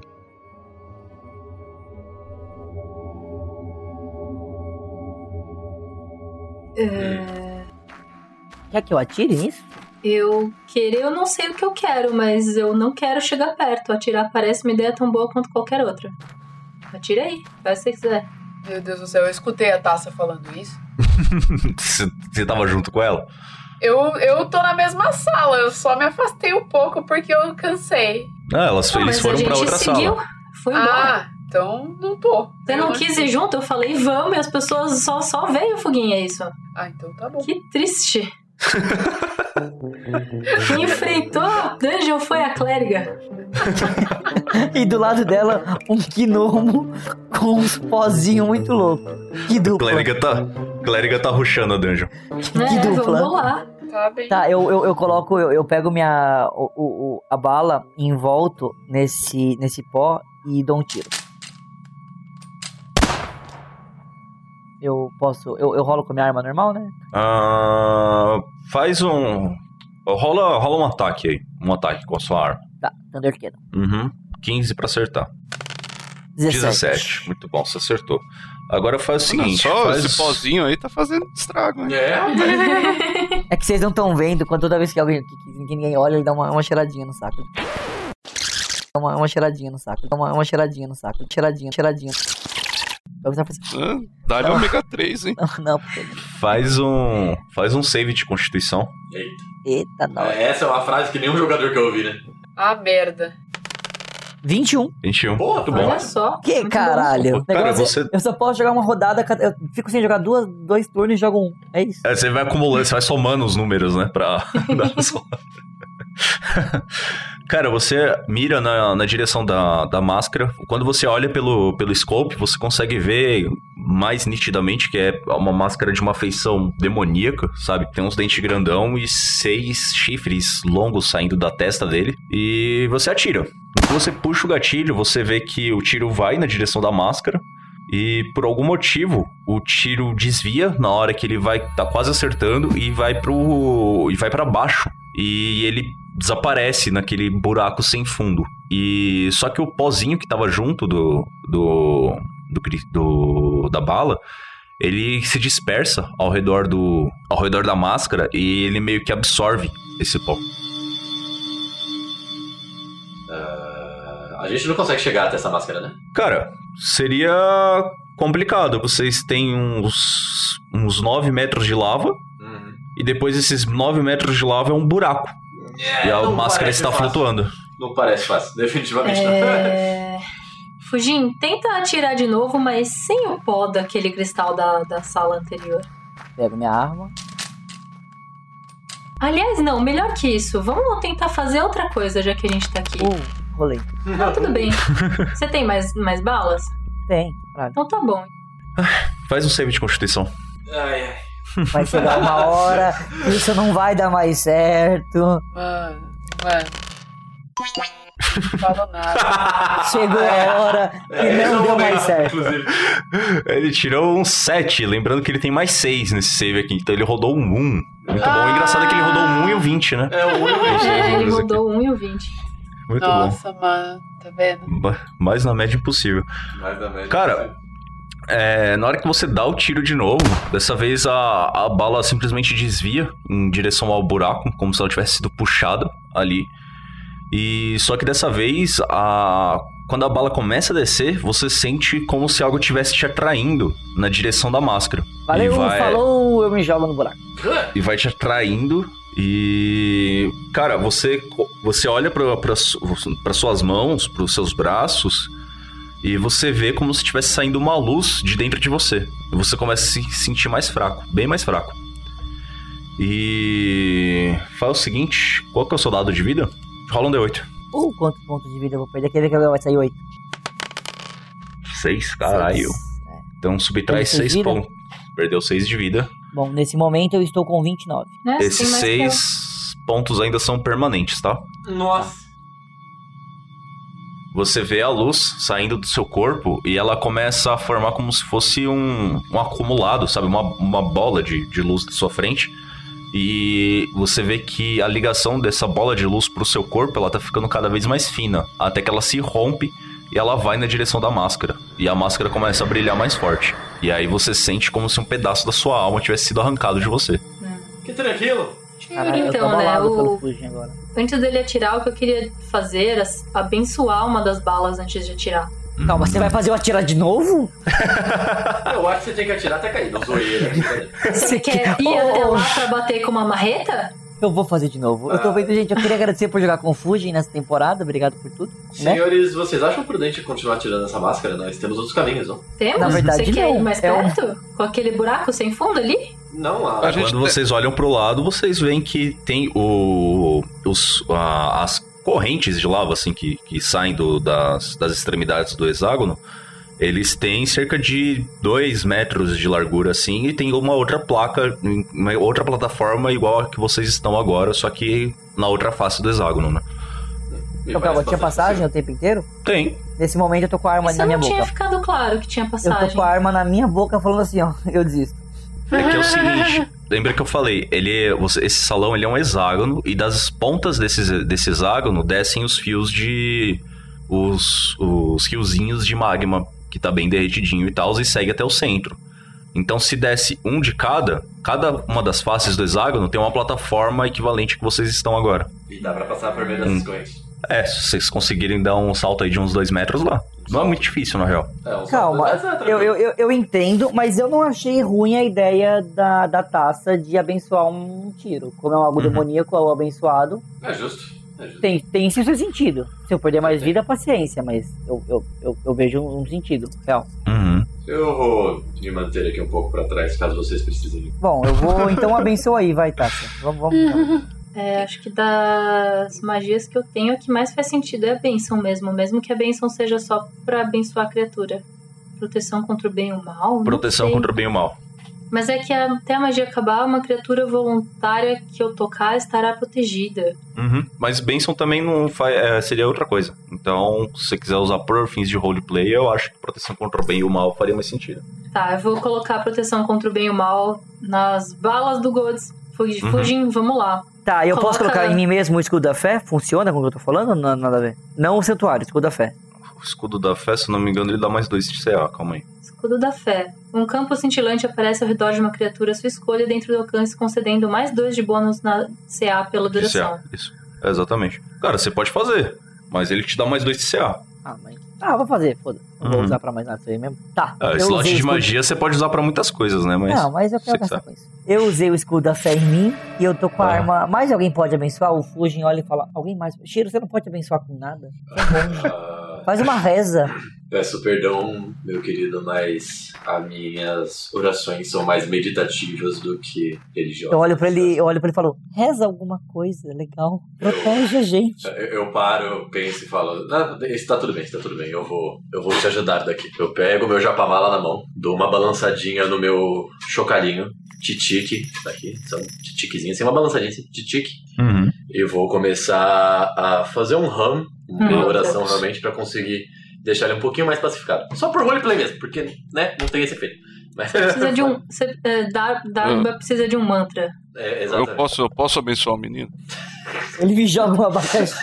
[SPEAKER 6] É...
[SPEAKER 5] Quer que eu atire nisso?
[SPEAKER 6] Eu querer, eu não sei o que eu quero, mas eu não quero chegar perto. Atirar parece uma ideia tão boa quanto qualquer outra. Atira aí, faz o que você quiser.
[SPEAKER 3] Meu Deus do céu, eu escutei a Taça falando isso.
[SPEAKER 1] Você tava junto com ela?
[SPEAKER 3] Eu, eu tô na mesma sala, eu só me afastei um pouco porque eu cansei.
[SPEAKER 1] Ah, elas, não, eles foram pra outra
[SPEAKER 6] seguiu,
[SPEAKER 1] sala.
[SPEAKER 6] Foi embora.
[SPEAKER 3] Ah, então não tô.
[SPEAKER 6] Você não, não quis ir junto? Eu falei vamos e as pessoas só, só veio, Foguinha, é isso.
[SPEAKER 3] Ah, então tá bom.
[SPEAKER 6] Que triste. Quem enfrentou a dungeon foi a clériga.
[SPEAKER 5] E do lado dela, um gnomo com uns pozinhos muito loucos. Que dupla.
[SPEAKER 1] Clériga tá, clériga tá rushando a dungeon.
[SPEAKER 6] É,
[SPEAKER 5] que dupla.
[SPEAKER 6] Vamos lá.
[SPEAKER 3] Tá bem.
[SPEAKER 5] Tá, eu, eu, eu coloco, eu, eu pego minha, o, o, a bala em volta nesse, nesse pó e dou um tiro. Eu posso... Eu, eu rolo com a minha arma normal, né?
[SPEAKER 1] Ah, faz um... Rola, rola um ataque aí. Um ataque com a sua arma.
[SPEAKER 5] Tá, Thunder Cannon.
[SPEAKER 1] Uhum. quinze pra acertar.
[SPEAKER 5] dezessete.
[SPEAKER 1] dezessete. Muito bom, você acertou. Agora faz o seguinte...
[SPEAKER 2] Olha só,
[SPEAKER 1] faz...
[SPEAKER 2] esse pozinho aí tá fazendo estrago, né?
[SPEAKER 4] É,
[SPEAKER 5] É que vocês não estão vendo, quando toda vez que alguém que, que ninguém olha, ele dá uma, uma cheiradinha no saco. Uma, uma cheiradinha no saco. Uma, uma cheiradinha no saco. Cheiradinha, cheiradinha.
[SPEAKER 2] Ah, dá-lhe ômega três, hein?
[SPEAKER 5] Não, não, porque...
[SPEAKER 1] Faz um... Faz um save de constituição.
[SPEAKER 4] Eita.
[SPEAKER 5] Eita, não.
[SPEAKER 4] É, essa é uma frase que nenhum jogador que eu ouvi, né?
[SPEAKER 3] Ah, merda.
[SPEAKER 5] vinte e um.
[SPEAKER 1] vinte e um.
[SPEAKER 4] Porra,
[SPEAKER 1] Muito bom.
[SPEAKER 6] Olha só.
[SPEAKER 5] Que
[SPEAKER 6] muito
[SPEAKER 5] caralho.
[SPEAKER 1] Cara,
[SPEAKER 5] Negócio é-
[SPEAKER 1] você-
[SPEAKER 5] Eu só posso jogar uma rodada, eu fico sem jogar duas, dois turnos e jogo um. É isso.
[SPEAKER 1] É, você vai acumulando, você vai somando os números, né? Pra dar uma soma. Cara, você mira na, na direção da, da máscara. Quando você olha pelo, pelo scope, você consegue ver mais nitidamente que é uma máscara de uma feição demoníaca, sabe? Tem uns dentes grandão e seis chifres longos saindo da testa dele. E você atira. Quando você puxa o gatilho, você vê que o tiro vai na direção da máscara. E por algum motivo, o tiro desvia na hora que ele vai tá quase acertando e vai pro e vai para baixo. E ele desaparece naquele buraco sem fundo. E só que o pozinho que tava junto do do, do, do da bala, ele se dispersa ao redor do ao redor da máscara e ele meio que absorve esse pó.
[SPEAKER 4] Uh, a gente não consegue chegar até essa máscara, né?
[SPEAKER 1] Cara, seria complicado. Vocês têm uns uns nove metros de lava.
[SPEAKER 4] Uhum.
[SPEAKER 1] E depois esses nove metros de lava é um buraco.
[SPEAKER 4] É,
[SPEAKER 1] e a
[SPEAKER 4] não
[SPEAKER 1] máscara
[SPEAKER 4] parece
[SPEAKER 1] está
[SPEAKER 4] fácil.
[SPEAKER 1] flutuando.
[SPEAKER 4] Não parece fácil, definitivamente
[SPEAKER 6] É... Fujin, tenta atirar de novo, mas sem o pó daquele cristal da, da sala anterior.
[SPEAKER 5] Pego minha arma.
[SPEAKER 6] Aliás, não, melhor que isso. Vamos tentar fazer outra coisa, já que a gente tá aqui.
[SPEAKER 5] Uh, rolei.
[SPEAKER 6] Não, tudo bem. Você tem mais, mais balas?
[SPEAKER 5] Tem, claro.
[SPEAKER 6] Então tá bom.
[SPEAKER 1] Faz um save de constituição.
[SPEAKER 4] Ai, ai.
[SPEAKER 5] Vai chegar uma hora, isso não vai dar mais certo.
[SPEAKER 3] Mano, mano. Não falou nada.
[SPEAKER 5] Chegou a hora e não deu mais certo.
[SPEAKER 4] Inclusive.
[SPEAKER 1] Ele tirou um sete, lembrando que ele tem mais seis nesse save aqui. Então ele rodou um um. Muito bom. O engraçado é que ele rodou um um e um vinte, né?
[SPEAKER 4] É, o um e o vinte.
[SPEAKER 6] É, ele rodou um e o vinte.
[SPEAKER 1] Muito
[SPEAKER 3] Nossa, mano. Tá vendo?
[SPEAKER 1] bom. Mais na média impossível.
[SPEAKER 4] Mais da média.
[SPEAKER 1] Cara, É, na hora que você dá o tiro de novo, dessa vez a, a bala simplesmente desvia em direção ao buraco, como se ela tivesse sido puxada ali. E só que dessa vez, a, quando a bala começa a descer, você sente como se algo estivesse te atraindo na direção da máscara.
[SPEAKER 5] Valeu,
[SPEAKER 1] e vai,
[SPEAKER 5] falou, eu me jogo no buraco.
[SPEAKER 1] E vai te atraindo. E, cara, você, você olha para suas mãos, para os seus braços, e você vê como se estivesse saindo uma luz de dentro de você. E você começa a se sentir mais fraco, bem mais fraco. E faz o seguinte, qual que é o seu dado de vida? Rola um D oito.
[SPEAKER 5] Uh, quantos pontos de vida eu vou perder? Quer ver que agora vai sair oito?
[SPEAKER 1] seis, caralho.
[SPEAKER 5] Seis.
[SPEAKER 1] Então subtrai
[SPEAKER 5] Perdeu seis
[SPEAKER 1] seis
[SPEAKER 5] de vida?
[SPEAKER 1] pontos. Perdeu seis de vida.
[SPEAKER 5] Bom, nesse momento eu estou com vinte e nove.
[SPEAKER 6] Né? Tem
[SPEAKER 1] Esses
[SPEAKER 6] mais
[SPEAKER 1] seis pontos ainda são permanentes, tá?
[SPEAKER 4] Nossa.
[SPEAKER 1] Você vê a luz saindo do seu corpo e ela começa a formar como se fosse um, um acumulado, sabe? Uma, uma bola de, de luz da sua frente. E você vê que a ligação dessa bola de luz pro seu corpo, ela tá ficando cada vez mais fina. Até que ela se rompe e ela vai na direção da máscara. E a máscara começa a brilhar mais forte. E aí você sente como se um pedaço da sua alma tivesse sido arrancado de você.
[SPEAKER 4] Que tranquilo.
[SPEAKER 5] Caralho, eu tô
[SPEAKER 6] Então, né,
[SPEAKER 5] abalado
[SPEAKER 6] o-
[SPEAKER 5] pelo Fujin agora.
[SPEAKER 6] Antes dele atirar, o que eu queria fazer era abençoar uma das balas antes de atirar.
[SPEAKER 5] Calma, você vai fazer eu atirar de novo?
[SPEAKER 4] Eu acho que você tem que atirar até cair. Não zoeira.
[SPEAKER 6] Você quer ir até lá pra bater com uma marreta?
[SPEAKER 5] Eu vou fazer de novo. Eu tô vendo, gente, eu queria agradecer por jogar com o Fujin nessa temporada, obrigado por tudo. Né?
[SPEAKER 4] Senhores, vocês acham prudente continuar tirando essa máscara? Nós temos outros caminhos, não?
[SPEAKER 6] Temos?
[SPEAKER 5] Na verdade,
[SPEAKER 6] Você quer
[SPEAKER 5] não.
[SPEAKER 6] ir mais
[SPEAKER 5] É um-
[SPEAKER 6] perto? Com aquele buraco sem fundo ali?
[SPEAKER 4] Não, a...
[SPEAKER 2] A gente
[SPEAKER 1] Quando
[SPEAKER 2] tem-
[SPEAKER 1] vocês olham pro lado, vocês veem que tem o, os, a- as correntes de lava, assim, que, que saem do- das, das extremidades do hexágono. Eles têm cerca de dois metros de largura, assim, e tem uma outra placa, uma outra plataforma igual a que vocês estão agora, só que na outra face do hexágono, né?
[SPEAKER 4] Me
[SPEAKER 5] Então, calma,
[SPEAKER 4] parece
[SPEAKER 5] tinha
[SPEAKER 4] bastante
[SPEAKER 5] passagem o tempo inteiro?
[SPEAKER 1] Tem.
[SPEAKER 5] Nesse momento eu tô com a arma
[SPEAKER 6] Isso
[SPEAKER 5] na
[SPEAKER 6] não
[SPEAKER 5] minha
[SPEAKER 6] tinha
[SPEAKER 5] boca.
[SPEAKER 6] ficado claro que tinha
[SPEAKER 5] Eu tô
[SPEAKER 6] passagem.
[SPEAKER 5] com a arma na minha boca falando assim, ó, eu desisto.
[SPEAKER 1] É que é o seguinte, lembra que eu falei, ele, você- esse salão ele é um hexágono, e das pontas desse, desse hexágono descem os fios de... os, os riozinhos de magma, que tá bem derretidinho e tal, e segue até o centro. Então, se desce um de cada, cada uma das faces do hexágono tem uma plataforma equivalente que vocês estão agora.
[SPEAKER 4] E dá pra passar por meio dessas correntes.
[SPEAKER 1] É, se vocês conseguirem dar um salto aí de uns dois metros lá. Não é muito difícil, na real.
[SPEAKER 4] É, um
[SPEAKER 5] Calma,
[SPEAKER 4] salto- mas é
[SPEAKER 5] eu,
[SPEAKER 4] tranquilo.
[SPEAKER 5] eu, eu, eu entendo, mas eu não achei ruim a ideia da, da taça de abençoar um tiro. Como é um algo
[SPEAKER 1] Uhum.
[SPEAKER 5] demoníaco, é o abençoado.
[SPEAKER 4] É justo. É justo.
[SPEAKER 5] Tem, tem sim seu sentido. Se eu perder mais vida, paciência, mas eu, eu, eu, eu vejo um sentido real.
[SPEAKER 1] Uhum.
[SPEAKER 4] Eu vou me manter aqui um pouco pra trás, caso vocês precisem.
[SPEAKER 5] Bom, eu vou então abençoar aí, vai, Tássia. Vamos, vamos. então.
[SPEAKER 6] É, acho que das magias que eu tenho, a que mais faz sentido é a bênção mesmo. Mesmo que a bênção seja só pra abençoar a criatura. Proteção contra o bem e o mal? não
[SPEAKER 1] Proteção
[SPEAKER 6] sei.
[SPEAKER 1] contra o bem e o mal.
[SPEAKER 6] Mas é que até a magia acabar, uma criatura voluntária que eu tocar estará protegida.
[SPEAKER 1] Uhum. Mas Benção também não faz, é, seria outra coisa. Então, se você quiser usar por fins de roleplay, eu acho que proteção contra o bem e o mal faria mais sentido.
[SPEAKER 6] Tá, eu vou colocar a proteção contra o bem e o mal nas balas do Gods. Fugi-
[SPEAKER 1] Uhum.
[SPEAKER 6] Fugim, vamos lá.
[SPEAKER 5] Tá, eu posso
[SPEAKER 6] Coloca-
[SPEAKER 5] colocar em mim mesmo o escudo da fé? Funciona com o que eu tô falando ou não, nada a ver? Não o santuário, o escudo da fé.
[SPEAKER 1] O escudo da fé, se eu não me engano, ele dá mais dois de C A, calma aí.
[SPEAKER 6] Escudo da fé. Um campo cintilante aparece ao redor de uma criatura à sua escolha dentro do alcance, concedendo mais dois de bônus na C A pela
[SPEAKER 1] De C
[SPEAKER 6] duração.
[SPEAKER 1] A, isso. É, exatamente. Cara, você pode fazer, mas ele te dá mais dois de C A.
[SPEAKER 5] Ah, mas... Ah, vou fazer, foda. Não vou
[SPEAKER 1] Uhum.
[SPEAKER 5] usar pra mais nada isso aí mesmo. Tá.
[SPEAKER 1] Ah,
[SPEAKER 5] eu
[SPEAKER 1] slot
[SPEAKER 5] usei o
[SPEAKER 1] de
[SPEAKER 5] escudo-
[SPEAKER 1] magia você pode usar pra muitas coisas, né? Mas
[SPEAKER 5] Não, mas eu
[SPEAKER 1] você
[SPEAKER 5] quero
[SPEAKER 1] que
[SPEAKER 5] gastar
[SPEAKER 1] sabe.
[SPEAKER 5] com isso. Eu usei o escudo da fé em mim e eu tô com a
[SPEAKER 1] Ah.
[SPEAKER 5] arma. Mais alguém pode abençoar? O Fujin olha e fala: alguém mais? Shiro, você não pode abençoar com nada? Você é monge.
[SPEAKER 4] Ah,
[SPEAKER 5] Faz uma reza.
[SPEAKER 4] Peço perdão, meu querido, mas as minhas orações são mais meditativas do que religiosas.
[SPEAKER 5] Eu olho pra ele, eu olho pra ele e falo, reza alguma coisa legal, protege
[SPEAKER 4] eu,
[SPEAKER 5] a gente.
[SPEAKER 4] Eu, eu paro, eu penso e falo, ah, isso tá tudo bem, tá tudo bem, eu vou, eu vou te ajudar daqui. Eu pego meu japamala na mão, dou uma balançadinha no meu chocalhinho, titique, daqui, são titiquezinhas, assim, uma balançadinha assim, titique.
[SPEAKER 1] Uhum.
[SPEAKER 4] E vou começar a fazer um hum, uma
[SPEAKER 6] Hum,
[SPEAKER 4] oração
[SPEAKER 6] Deus.
[SPEAKER 4] realmente pra conseguir deixar ele um pouquinho mais pacificado. Só por roleplay mesmo, porque, né, não tem esse efeito. Mas...
[SPEAKER 6] Precisa de um. Você, é, Dar- Darba precisa de um mantra.
[SPEAKER 4] É,
[SPEAKER 2] Eu
[SPEAKER 4] exatamente.
[SPEAKER 2] posso, eu posso abençoar o menino?
[SPEAKER 5] Ele me joga um abacaxi.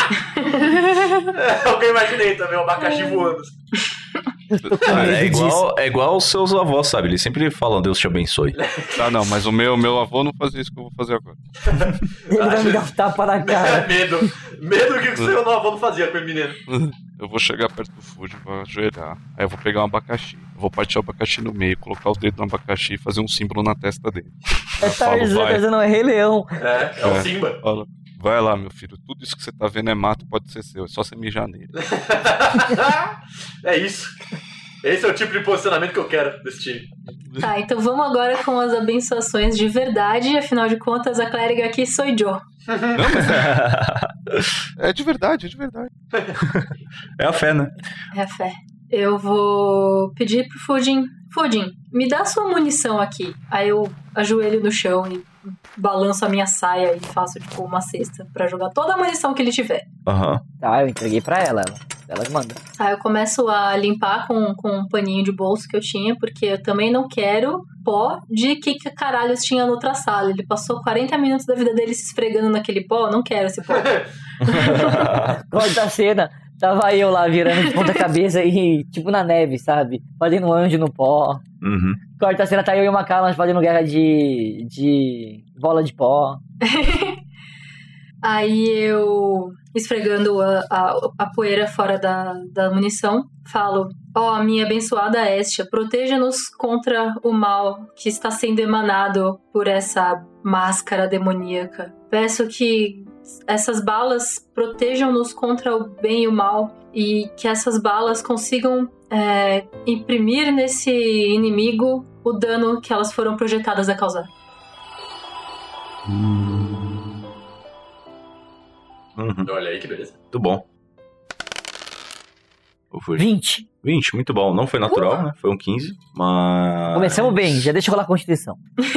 [SPEAKER 4] É o que eu imaginei também, o abacaxi voando.
[SPEAKER 1] Cara, é
[SPEAKER 5] medo disso.
[SPEAKER 1] igual, é igual os seus avós, sabe? Eles sempre falam, Deus te abençoe.
[SPEAKER 2] Ah, não, mas o meu, meu avô não fazia isso que eu vou fazer agora.
[SPEAKER 5] Ele vai me dar um tapa na cara.
[SPEAKER 4] medo. Medo que o seu avô não fazia com o menino.
[SPEAKER 2] Eu vou chegar perto do Fuji, vou ajoelhar. Aí eu vou pegar um abacaxi. Eu vou partir o abacaxi no meio, colocar o dedo no abacaxi e fazer um símbolo na testa dele.
[SPEAKER 5] É
[SPEAKER 2] Eu falo,
[SPEAKER 5] Tarzan,
[SPEAKER 2] vai.
[SPEAKER 5] Tarzan não é Rei Leão.
[SPEAKER 4] É, é o
[SPEAKER 2] É.
[SPEAKER 4] Simba.
[SPEAKER 2] Fala, vai lá, meu filho. Tudo isso que você tá vendo é mato, pode ser seu. É só você mijar nele.
[SPEAKER 4] É isso. Esse é o tipo de posicionamento que eu quero desse time.
[SPEAKER 6] Tá, então vamos agora com as abençoações de verdade. Afinal de contas, a clériga aqui sou eu.
[SPEAKER 2] É de verdade, é de verdade.
[SPEAKER 1] É a fé, né?
[SPEAKER 6] É a fé. Eu vou pedir pro Fujin. Fujin, me dá sua munição aqui. Aí eu ajoelho no chão e balanço a minha saia e faço, tipo, uma cesta pra jogar toda a munição que ele tiver.
[SPEAKER 1] Aham.
[SPEAKER 5] Tá, eu entreguei pra ela. Ela, ela manda.
[SPEAKER 6] Aí eu começo a limpar com, com um paninho de bolso que eu tinha, porque eu também não quero pó de que que caralhos tinha na outra sala. Ele passou quarenta minutos da vida dele se esfregando naquele pó, não quero esse pó.
[SPEAKER 5] Corta a cena. Tava eu lá virando de ponta cabeça e, tipo, na neve, sabe? Fazendo um anjo no pó.
[SPEAKER 1] Uhum.
[SPEAKER 5] Corta a cena, tá eu e uma Callan fazendo guerra de, de bola de pó.
[SPEAKER 6] Aí eu, esfregando a, a, a poeira fora da, da munição, falo: ó, minha abençoada Estia, proteja-nos contra o mal que está sendo emanado por essa máscara demoníaca. Peço que essas balas protejam-nos contra o bem e o mal e que essas balas consigam é, imprimir nesse inimigo o dano que elas foram projetadas a causar.
[SPEAKER 1] Uhum.
[SPEAKER 4] Olha aí que beleza.
[SPEAKER 1] Muito bom. Eu fui.
[SPEAKER 5] vinte.
[SPEAKER 1] vinte, muito bom. Não foi natural, né? Foi um quinze, mas...
[SPEAKER 5] Começamos bem, já deixa eu rolar a Constituição.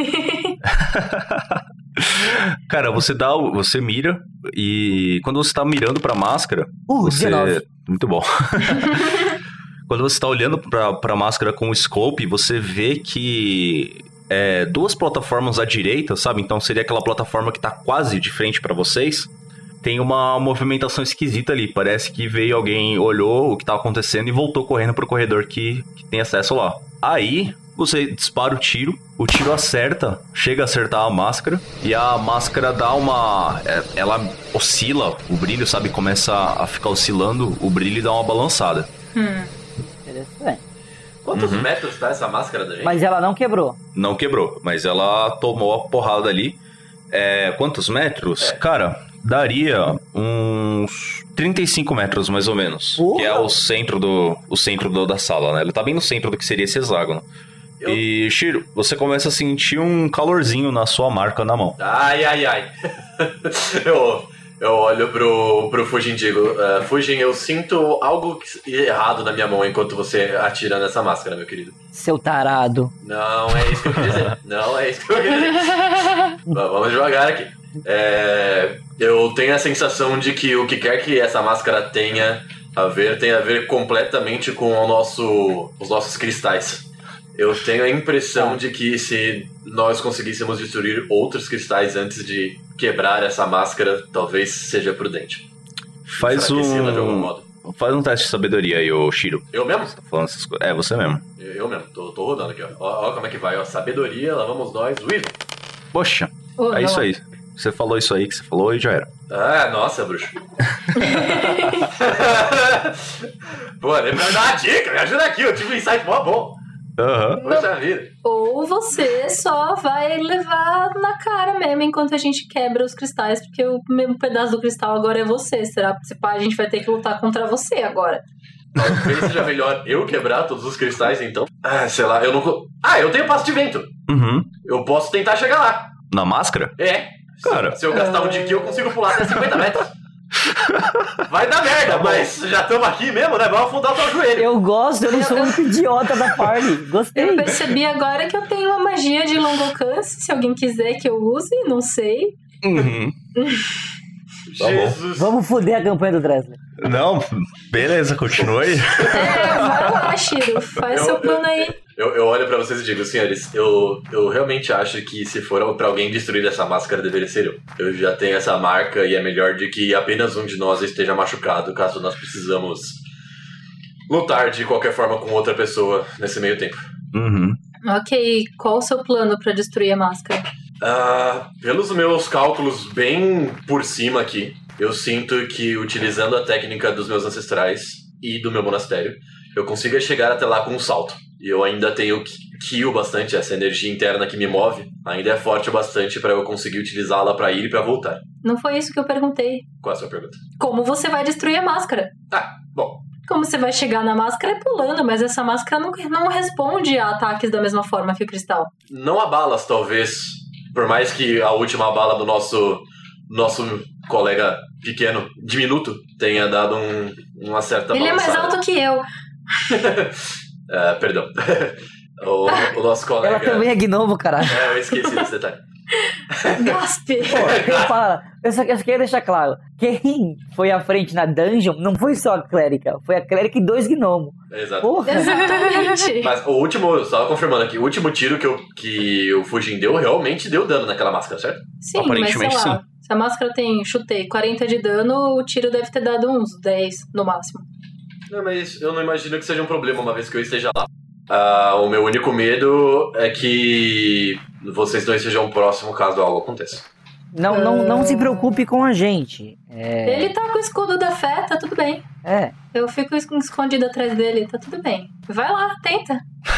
[SPEAKER 1] Cara, você dá, o- você mira e quando você tá mirando pra máscara,
[SPEAKER 5] Uh,
[SPEAKER 1] você...
[SPEAKER 5] dezenove.
[SPEAKER 1] Muito bom. Quando você tá olhando pra, pra máscara com o scope, você vê que é, duas plataformas à direita, sabe? Então seria aquela plataforma que tá quase de frente pra vocês. Tem uma movimentação esquisita ali. Parece que veio alguém, olhou o que tava acontecendo e voltou correndo pro corredor que, que tem acesso lá. Aí, você dispara o tiro, o tiro acerta, chega a acertar a máscara, e a máscara dá uma... é, ela oscila, o brilho, sabe, começa a ficar oscilando, o brilho dá uma balançada.
[SPEAKER 6] Hum.
[SPEAKER 5] Interessante.
[SPEAKER 4] Quantos
[SPEAKER 1] Uhum.
[SPEAKER 4] metros tá essa máscara da gente?
[SPEAKER 5] Mas ela não quebrou.
[SPEAKER 1] Não quebrou, mas ela tomou a porrada ali. É, quantos metros?
[SPEAKER 4] É.
[SPEAKER 1] Cara, daria uns trinta e cinco metros, mais ou menos.
[SPEAKER 5] Porra!
[SPEAKER 1] Que é o centro, do, o centro do- da sala, né? Ele tá bem no centro do que seria esse hexágono.
[SPEAKER 4] Eu-
[SPEAKER 1] E, Shiro, você começa a sentir um calorzinho na sua marca na mão.
[SPEAKER 4] Ai, ai, ai. eu, eu olho pro, pro Fujin e digo, uh, Fujin, eu sinto algo que- errado na minha mão enquanto você atira nessa máscara, meu querido.
[SPEAKER 5] Seu tarado.
[SPEAKER 4] Não é isso que eu quis dizer. Não é isso que eu quis dizer. Va- Vamos devagar aqui. É, eu tenho a sensação de que o que quer que essa máscara tenha a ver, tem a ver completamente com o nosso, os nossos cristais. Eu tenho a impressão de que se nós conseguíssemos destruir outros cristais antes de quebrar essa máscara, talvez seja prudente.
[SPEAKER 1] Faz
[SPEAKER 4] Enfraquecê-la de algum
[SPEAKER 1] um.
[SPEAKER 4] modo.
[SPEAKER 1] Faz um teste de sabedoria aí, ô Shiro.
[SPEAKER 4] Eu mesmo?
[SPEAKER 1] Tá falando essas coisas. É, você mesmo.
[SPEAKER 4] Eu, eu mesmo. Tô, tô rodando aqui, ó. ó. Ó como é que vai, ó. Sabedoria, lá vamos nós. Wisdom.
[SPEAKER 1] Poxa,
[SPEAKER 6] Oh,
[SPEAKER 1] é
[SPEAKER 6] não.
[SPEAKER 1] isso aí. Você falou isso aí que você falou e já era.
[SPEAKER 4] Ah, nossa, bruxo. Pô, deve me dar uma dica, me ajuda aqui, eu tive um insight mó bom.
[SPEAKER 1] Aham.
[SPEAKER 4] Poxa vida.
[SPEAKER 6] Ou você só vai levar na cara mesmo enquanto a gente quebra os cristais, porque o mesmo pedaço do cristal agora é você. Será que se pá, a gente vai ter que lutar contra você agora?
[SPEAKER 4] Talvez seja melhor eu quebrar todos os cristais, então. Ah, sei lá, eu não... Ah, eu tenho passo de vento.
[SPEAKER 1] Uhum.
[SPEAKER 4] Eu posso tentar chegar lá.
[SPEAKER 1] Na máscara?
[SPEAKER 4] É.
[SPEAKER 1] Cara.
[SPEAKER 4] Se, se eu gastar um de ki, eu consigo pular até cinquenta metros. Vai dar merda, mas já estamos aqui mesmo, né? Vamos afundar o teu joelho.
[SPEAKER 5] Eu gosto, eu não sou o único idiota da party. Gostei.
[SPEAKER 6] Eu percebi agora que eu tenho uma magia de longo alcance, se alguém quiser que eu use, não sei.
[SPEAKER 1] Uhum.
[SPEAKER 4] Jesus.
[SPEAKER 5] Vamos foder a campanha do Dressler.
[SPEAKER 1] Não, beleza, continua aí.
[SPEAKER 6] É, vai lá, Shiro, faz
[SPEAKER 4] Eu-
[SPEAKER 6] seu plano aí.
[SPEAKER 4] Eu, eu olho pra vocês e digo, senhores, eu, eu realmente acho que se for pra alguém destruir essa máscara, deveria ser eu. Eu já tenho essa marca e é melhor de que apenas um de nós esteja machucado, caso nós precisamos lutar de qualquer forma com outra pessoa nesse meio tempo.
[SPEAKER 1] Uhum.
[SPEAKER 6] Ok, qual o seu plano pra destruir a máscara?
[SPEAKER 4] Ah, pelos meus cálculos bem por cima aqui, eu sinto que utilizando a técnica dos meus ancestrais e do meu monastério, eu consigo chegar até lá com um salto. E eu ainda tenho ki o bastante, essa energia interna que me move, ainda é forte o bastante para eu conseguir utilizá-la para ir e para voltar.
[SPEAKER 6] Não foi isso que eu perguntei.
[SPEAKER 4] Qual é a sua pergunta?
[SPEAKER 6] Como você vai destruir a máscara?
[SPEAKER 4] Ah, bom,
[SPEAKER 6] Como você vai chegar na máscara é pulando, mas essa máscara não, não responde a ataques da mesma forma que o cristal.
[SPEAKER 4] não há balas, talvez, por mais que a última bala do nosso, nosso colega pequeno, diminuto, tenha dado um, uma certa
[SPEAKER 6] Ele é mais
[SPEAKER 4] balançada.
[SPEAKER 6] alto que eu.
[SPEAKER 4] Ah, perdão. o, o nosso colega...
[SPEAKER 5] Ela também é gnomo, caralho.
[SPEAKER 4] É, eu esqueci desse detalhe.
[SPEAKER 6] Gaspe.
[SPEAKER 5] Pô, quem fala, eu só, eu só queria deixar claro, quem foi à frente na dungeon não foi só a clérica, foi a clérica e dois gnomos.
[SPEAKER 4] Exato.
[SPEAKER 5] Porra,
[SPEAKER 6] Exatamente.
[SPEAKER 4] Mas o último, só confirmando aqui, o último tiro que, eu, que o Fujin deu realmente deu dano naquela máscara, certo?
[SPEAKER 6] Sim, mas sei
[SPEAKER 1] Aparentemente,
[SPEAKER 6] lá.
[SPEAKER 1] sim.
[SPEAKER 6] Se a máscara tem, chutei, quarenta de dano, o tiro deve ter dado uns dez no máximo.
[SPEAKER 4] Não, mas eu não imagino que seja um problema uma vez que eu esteja lá. Ah, o meu único medo é que vocês dois sejam próximos caso algo aconteça.
[SPEAKER 5] não, não, não se preocupe com a gente. É,
[SPEAKER 6] Ele tá com o escudo da fé, tá tudo bem.
[SPEAKER 5] é.
[SPEAKER 6] Eu fico es- escondido atrás dele, tá tudo bem. Vai lá, tenta.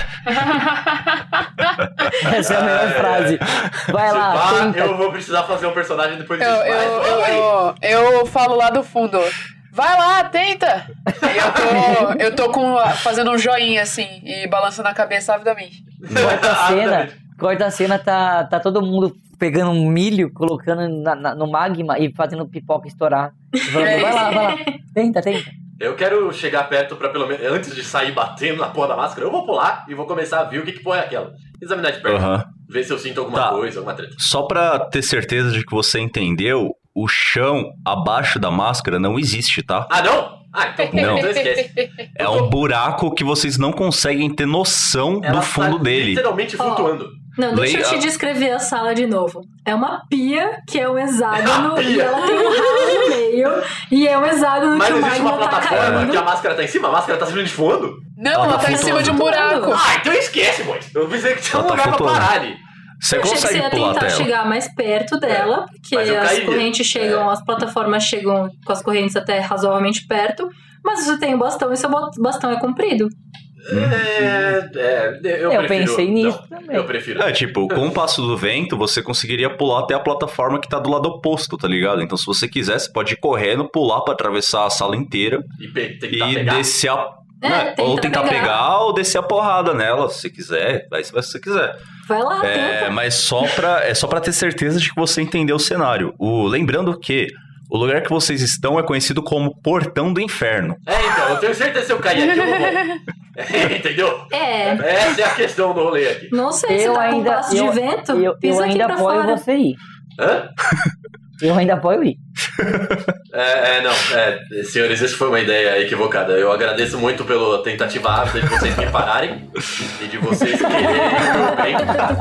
[SPEAKER 5] Essa é a melhor
[SPEAKER 4] Ah,
[SPEAKER 5] frase. Vai
[SPEAKER 4] Se
[SPEAKER 5] lá,
[SPEAKER 4] pá,
[SPEAKER 5] tenta.
[SPEAKER 4] eu vou precisar fazer um personagem depois
[SPEAKER 3] Eu,
[SPEAKER 4] disso.
[SPEAKER 3] eu,
[SPEAKER 4] Mas vamos aí.
[SPEAKER 3] eu, eu, eu falo lá do fundo. Vai lá, tenta! E eu tô, eu tô com, fazendo um joinha assim e balançando a cabeça avidamente.
[SPEAKER 5] Corta a cena, corta a cena, tá, tá todo mundo pegando um milho, colocando na- na- no magma e fazendo pipoca estourar. E falando,
[SPEAKER 3] É
[SPEAKER 5] vai lá,
[SPEAKER 3] isso.
[SPEAKER 5] vai lá, tenta, tenta.
[SPEAKER 4] Eu quero chegar perto pra pelo menos, antes de sair batendo na porra da máscara, eu vou pular e vou começar a ver o que que porra é aquela. Examinar de perto.
[SPEAKER 1] Aham.
[SPEAKER 4] Ver se eu sinto alguma
[SPEAKER 1] Tá.
[SPEAKER 4] coisa, alguma treta.
[SPEAKER 1] Só pra ter certeza de que você entendeu, o chão abaixo da máscara não existe, tá?
[SPEAKER 4] Ah, não? Ah, então, pô,
[SPEAKER 1] Não.
[SPEAKER 4] então esquece.
[SPEAKER 1] É um buraco que vocês não conseguem ter noção
[SPEAKER 4] Ela
[SPEAKER 1] do fundo
[SPEAKER 4] tá
[SPEAKER 1] dele.
[SPEAKER 4] literalmente
[SPEAKER 6] Ó.
[SPEAKER 4] flutuando.
[SPEAKER 6] Não, deixa
[SPEAKER 1] Leia-
[SPEAKER 6] eu te descrever a sala de novo. É uma pia, que é um hexágono,
[SPEAKER 4] É uma pia.
[SPEAKER 6] e ela tem um ralo no meio, e é um hexágono
[SPEAKER 4] Mas
[SPEAKER 6] que o
[SPEAKER 4] existe uma
[SPEAKER 6] magma tá
[SPEAKER 4] plataforma que a
[SPEAKER 6] caindo.
[SPEAKER 4] máscara tá em cima, a máscara tá simplesmente voando.
[SPEAKER 3] Não,
[SPEAKER 1] Ela
[SPEAKER 3] ela
[SPEAKER 1] tá
[SPEAKER 3] tá em cima de um
[SPEAKER 6] flutuando.
[SPEAKER 3] buraco.
[SPEAKER 4] Ah, então esquece, boys. Eu pensei que tinha
[SPEAKER 1] Ela
[SPEAKER 4] um
[SPEAKER 1] tá
[SPEAKER 4] lugar pra
[SPEAKER 1] flutuando.
[SPEAKER 4] parar ali.
[SPEAKER 1] Você
[SPEAKER 6] Eu achei que você
[SPEAKER 1] consegue
[SPEAKER 6] ia
[SPEAKER 1] pular
[SPEAKER 6] tentar
[SPEAKER 1] até ela.
[SPEAKER 6] chegar mais perto dela, porque
[SPEAKER 4] Mas eu
[SPEAKER 6] as
[SPEAKER 4] cairia.
[SPEAKER 6] correntes chegam,
[SPEAKER 4] É.
[SPEAKER 6] as plataformas chegam com as correntes até razoavelmente perto, mas você tem o bastão e seu bo- bastão é comprido.
[SPEAKER 4] É, é, eu,
[SPEAKER 5] Eu
[SPEAKER 4] prefiro,
[SPEAKER 5] pensei nisso
[SPEAKER 4] não,
[SPEAKER 5] também.
[SPEAKER 4] Eu prefiro.
[SPEAKER 1] É, tipo, com o passo do vento, você conseguiria pular até a plataforma que tá do lado oposto, tá ligado? Então, se você quiser, você pode ir correndo, pular pra atravessar a sala inteira
[SPEAKER 4] E pe- tentar
[SPEAKER 1] e
[SPEAKER 4] pegar.
[SPEAKER 1] descer a...
[SPEAKER 6] É,
[SPEAKER 1] né?
[SPEAKER 6] tenta
[SPEAKER 1] Ou tentar
[SPEAKER 6] pegar.
[SPEAKER 1] pegar. ou descer a porrada nela, se você quiser. Vai se você quiser.
[SPEAKER 6] Vai lá,
[SPEAKER 1] É,
[SPEAKER 6] tenta.
[SPEAKER 1] mas só pra, é só pra ter certeza de que você entendeu o cenário. O, lembrando que o lugar que vocês estão é conhecido como Portão do Inferno.
[SPEAKER 4] É, então, eu tenho certeza que se eu cair aqui, eu não vou. É, entendeu?
[SPEAKER 6] É,
[SPEAKER 4] Essa é a questão do rolê aqui.
[SPEAKER 6] não sei,
[SPEAKER 5] Eu
[SPEAKER 6] você tá
[SPEAKER 5] ainda,
[SPEAKER 6] com passo
[SPEAKER 5] eu,
[SPEAKER 6] de vento,
[SPEAKER 5] eu, eu
[SPEAKER 6] pisa
[SPEAKER 5] ainda
[SPEAKER 6] aqui pra
[SPEAKER 5] apoio
[SPEAKER 6] fora.
[SPEAKER 5] você ir.
[SPEAKER 4] Hã?
[SPEAKER 5] Eu ainda apoio ir.
[SPEAKER 4] É, é, não, é, senhores, isso foi uma ideia equivocada. Eu agradeço muito pela tentativa ávida de vocês me pararem e de vocês quererem o meu bem.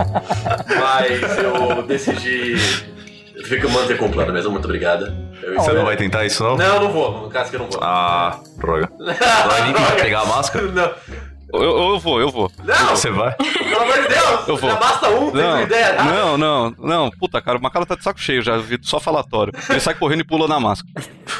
[SPEAKER 4] Mas eu decidi fico manter com o plano mesmo, muito obrigada. Eu
[SPEAKER 1] Você
[SPEAKER 4] espero-
[SPEAKER 1] não vai tentar isso, não?
[SPEAKER 4] Não, não vou, no caso que eu não vou.
[SPEAKER 1] Ah, droga. Vai vir pra pegar a máscara?
[SPEAKER 4] Não,
[SPEAKER 2] Eu, eu vou, eu vou.
[SPEAKER 4] não,
[SPEAKER 1] Você vai?
[SPEAKER 4] pelo amor de Deus,
[SPEAKER 2] Eu vou.
[SPEAKER 4] já basta um, tem uma
[SPEAKER 2] Não,
[SPEAKER 4] ideia errada.
[SPEAKER 2] não, não, não. Puta, cara, o Macala tá de saco cheio, já vi só falatório. Ele sai correndo e pula na máscara.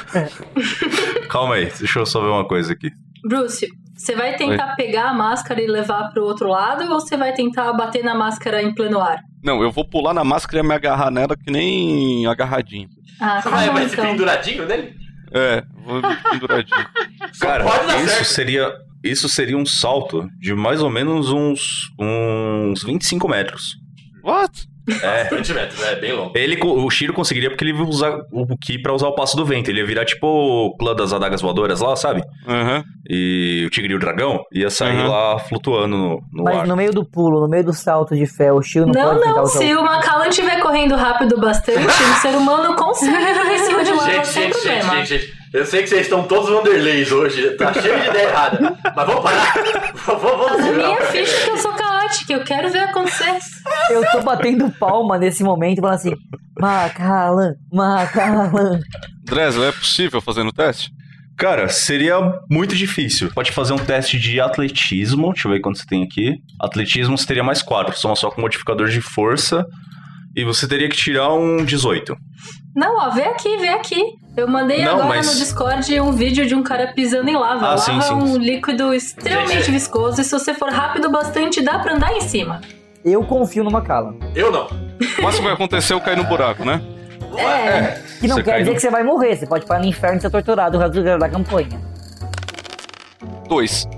[SPEAKER 1] Calma aí, deixa eu só ver uma coisa aqui.
[SPEAKER 6] Bruce, você vai tentar pegar a máscara e levar pro outro lado ou você vai tentar bater na máscara em pleno ar?
[SPEAKER 2] Não, eu vou pular na máscara e me agarrar nela que nem agarradinho.
[SPEAKER 6] Ah, tá
[SPEAKER 4] Vai,
[SPEAKER 6] bom
[SPEAKER 4] vai se
[SPEAKER 6] então.
[SPEAKER 4] penduradinho nele?
[SPEAKER 2] É, vou penduradinho.
[SPEAKER 4] Só
[SPEAKER 1] Cara,
[SPEAKER 4] pode dar
[SPEAKER 1] isso
[SPEAKER 4] certo.
[SPEAKER 1] seria, isso seria um salto de mais ou menos uns, uns vinte e cinco metros.
[SPEAKER 2] What?
[SPEAKER 1] É.
[SPEAKER 4] vinte metros, é bem longo.
[SPEAKER 1] Ele, o Shiro conseguiria porque ele ia usar o Ki pra usar o passo do vento. Ele ia virar tipo o clã das adagas voadoras lá, sabe?
[SPEAKER 2] Aham.
[SPEAKER 1] E o tigre e o dragão ia sair
[SPEAKER 2] Uhum.
[SPEAKER 1] lá flutuando no, no
[SPEAKER 5] Mas
[SPEAKER 1] ar.
[SPEAKER 5] no meio do pulo, no meio do salto de fé, o Shiro não,
[SPEAKER 6] Não,
[SPEAKER 5] pode tentar
[SPEAKER 6] não,
[SPEAKER 5] usar
[SPEAKER 6] se
[SPEAKER 5] o...
[SPEAKER 6] o Macallan estiver correndo rápido bastante, o ser humano consegue ficar em cima de lava
[SPEAKER 4] Gente,
[SPEAKER 6] sem
[SPEAKER 4] gente, gente,
[SPEAKER 6] problema.
[SPEAKER 4] gente, gente. Eu sei que vocês estão todos Wanderleys hoje. Tá cheio de ideia errada. Mas vamos parar. Vamos, vamos
[SPEAKER 6] A
[SPEAKER 4] segurar
[SPEAKER 6] minha
[SPEAKER 4] o pé.
[SPEAKER 6] ficha é que eu sou caótica, eu quero ver acontecer.
[SPEAKER 5] Eu tô batendo palma nesse momento, falando assim, Macallan, Macallan.
[SPEAKER 2] Dresler, é possível fazer no teste?
[SPEAKER 1] Cara, seria muito difícil. Pode fazer um teste de atletismo. Deixa eu ver quanto você tem aqui. Atletismo você teria mais quatro. Soma só com modificador de força. E você teria que tirar um dezoito.
[SPEAKER 6] Não, ó, vê aqui, vê aqui. Eu mandei
[SPEAKER 1] Não,
[SPEAKER 6] agora
[SPEAKER 1] mas-
[SPEAKER 6] no Discord um vídeo de um cara pisando em lava.
[SPEAKER 1] Ah,
[SPEAKER 6] lava
[SPEAKER 1] sim,
[SPEAKER 6] é
[SPEAKER 1] sim,
[SPEAKER 6] um
[SPEAKER 1] sim.
[SPEAKER 6] líquido extremamente
[SPEAKER 4] Gente,
[SPEAKER 6] viscoso e se você for rápido bastante, dá pra andar em cima.
[SPEAKER 5] Eu confio no Macallan.
[SPEAKER 4] Eu não.
[SPEAKER 2] O máximo que vai acontecer é eu cair no buraco, né?
[SPEAKER 6] É,
[SPEAKER 5] Que não
[SPEAKER 1] Você
[SPEAKER 5] quer
[SPEAKER 1] cai
[SPEAKER 5] dizer
[SPEAKER 1] no-
[SPEAKER 5] que você vai morrer, você pode parar no inferno e ser torturado o resto da campanha.
[SPEAKER 2] Dois.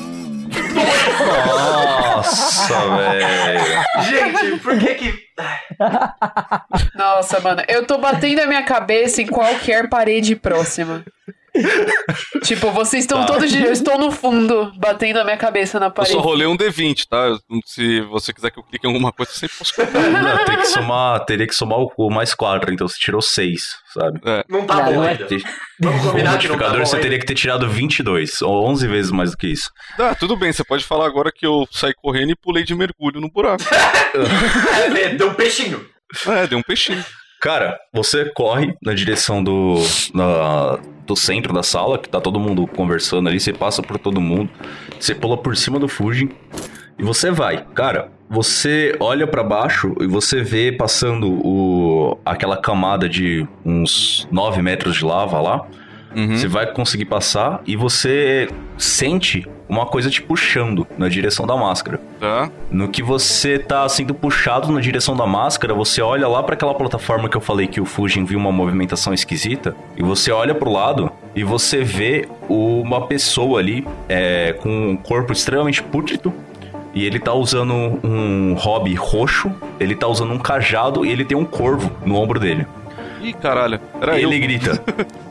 [SPEAKER 1] Nossa, velho.
[SPEAKER 4] Gente, por que que...
[SPEAKER 3] Nossa, mano, eu tô batendo a minha cabeça em qualquer parede próxima. Tipo, vocês estão
[SPEAKER 1] Tá.
[SPEAKER 3] todos. Eu estou no fundo, batendo a minha cabeça na
[SPEAKER 2] Eu
[SPEAKER 3] parede.
[SPEAKER 2] só rolei um D vinte, tá? Eu- Se você quiser que eu clique em alguma coisa, eu sempre posso clicar.
[SPEAKER 1] Não, tem que somar, teria que somar o, o mais quatro, então você tirou seis, sabe?
[SPEAKER 4] Não tá
[SPEAKER 5] Não,
[SPEAKER 4] bom
[SPEAKER 5] não é
[SPEAKER 4] ainda.
[SPEAKER 1] Te-
[SPEAKER 4] Vamos
[SPEAKER 1] O
[SPEAKER 4] combinar que não tá
[SPEAKER 1] modificador
[SPEAKER 4] bom
[SPEAKER 1] você
[SPEAKER 4] ainda.
[SPEAKER 1] teria que ter tirado vinte e dois, ou onze vezes mais do que isso.
[SPEAKER 2] Ah, tudo bem, você pode falar agora que eu saí correndo e pulei de mergulho no buraco.
[SPEAKER 4] É, deu um peixinho.
[SPEAKER 2] É, deu um peixinho.
[SPEAKER 1] Cara, você corre na direção do, na- do centro da sala, que tá todo mundo conversando ali, você passa por todo mundo, você pula por cima do Fujin e você vai. Cara, você olha pra baixo e você vê passando o, aquela camada de uns nove metros de lava lá.
[SPEAKER 2] Uhum.
[SPEAKER 1] Você vai conseguir passar e você sente uma coisa te puxando na direção da máscara.
[SPEAKER 2] Tá.
[SPEAKER 1] No que você tá sendo puxado na direção da máscara, você olha lá pra aquela plataforma que eu falei que o Fujin viu uma movimentação esquisita, e você olha pro lado e você vê uma pessoa ali é, com um corpo extremamente pútrido, e ele tá usando um hobby roxo, ele tá usando um cajado e ele tem um corvo no ombro dele.
[SPEAKER 2] Ih, caralho. Era
[SPEAKER 1] E
[SPEAKER 2] eu.
[SPEAKER 1] ele grita: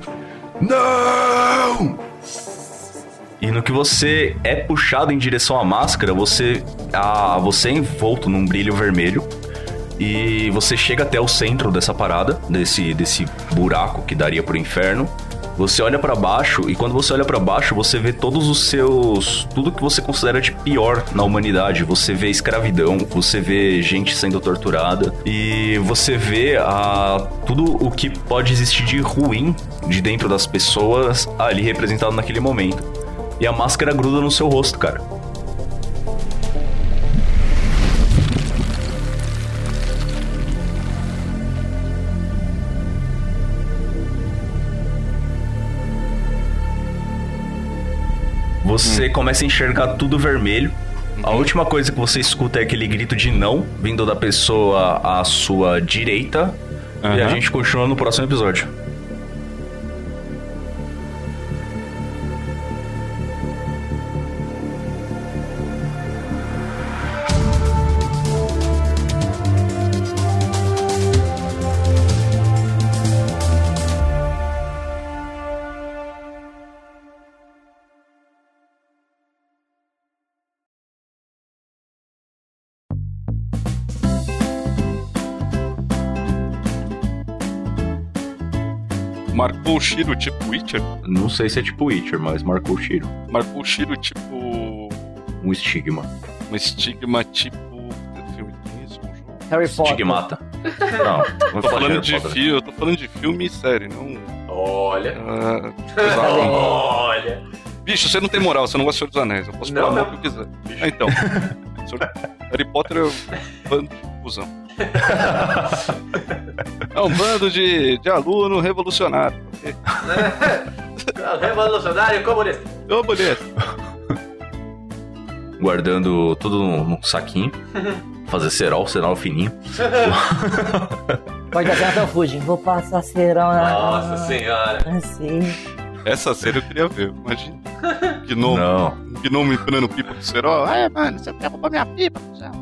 [SPEAKER 1] não! E no que você é puxado em direção à máscara, você, a, você é envolto num brilho vermelho. E você chega até o centro dessa parada, desse, desse buraco que daria pro inferno. Você olha pra baixo, e quando você olha pra baixo, você vê todos os seus... tudo que você considera de pior na humanidade. Você vê escravidão, você vê gente sendo torturada, e você vê a, tudo o que pode existir de ruim de dentro das pessoas ali representado naquele momento. E a máscara gruda no seu rosto, cara. Você começa a enxergar tudo vermelho. A última coisa que você escuta é aquele grito de não vindo da pessoa à sua direita. E a
[SPEAKER 2] Aham.
[SPEAKER 1] gente continua no próximo episódio.
[SPEAKER 2] Marcou o Shiro tipo Witcher?
[SPEAKER 1] Não sei se é tipo Witcher, mas marcou o tiro.
[SPEAKER 2] Marcou o Shiro tipo...
[SPEAKER 1] Um estigma.
[SPEAKER 2] Um estigma tipo... Tem filme tem isso? Um jogo?
[SPEAKER 5] Harry Potter.
[SPEAKER 1] Estigmata. Não, não
[SPEAKER 2] Tô falando
[SPEAKER 1] Harry
[SPEAKER 2] de
[SPEAKER 1] Potter.
[SPEAKER 2] filme, eu tô falando de filme e série, não...
[SPEAKER 4] Olha.
[SPEAKER 2] Ah,
[SPEAKER 4] Olha.
[SPEAKER 2] bicho, você não tem moral, você não gosta de Senhor dos Anéis. Eu posso
[SPEAKER 4] Não,
[SPEAKER 2] falar
[SPEAKER 4] não.
[SPEAKER 2] o que eu quiser. Ah, então. Senhor- Harry Potter é um bando de cuzão. É um bando de, de aluno revolucionário.
[SPEAKER 4] Revolucionário comunista.
[SPEAKER 2] Ô, mulher.
[SPEAKER 1] Guardando tudo num, num saquinho. Fazer cerol, cerol fininho.
[SPEAKER 5] Pode até até o Fujin. Vou passar serão na...
[SPEAKER 4] Nossa senhora.
[SPEAKER 5] Assim.
[SPEAKER 2] Essa cena eu queria ver, imagina. Gnome,
[SPEAKER 1] Não.
[SPEAKER 2] Gnome empinando pipa pro Serol. É, mano, você roubou minha pipa, céu.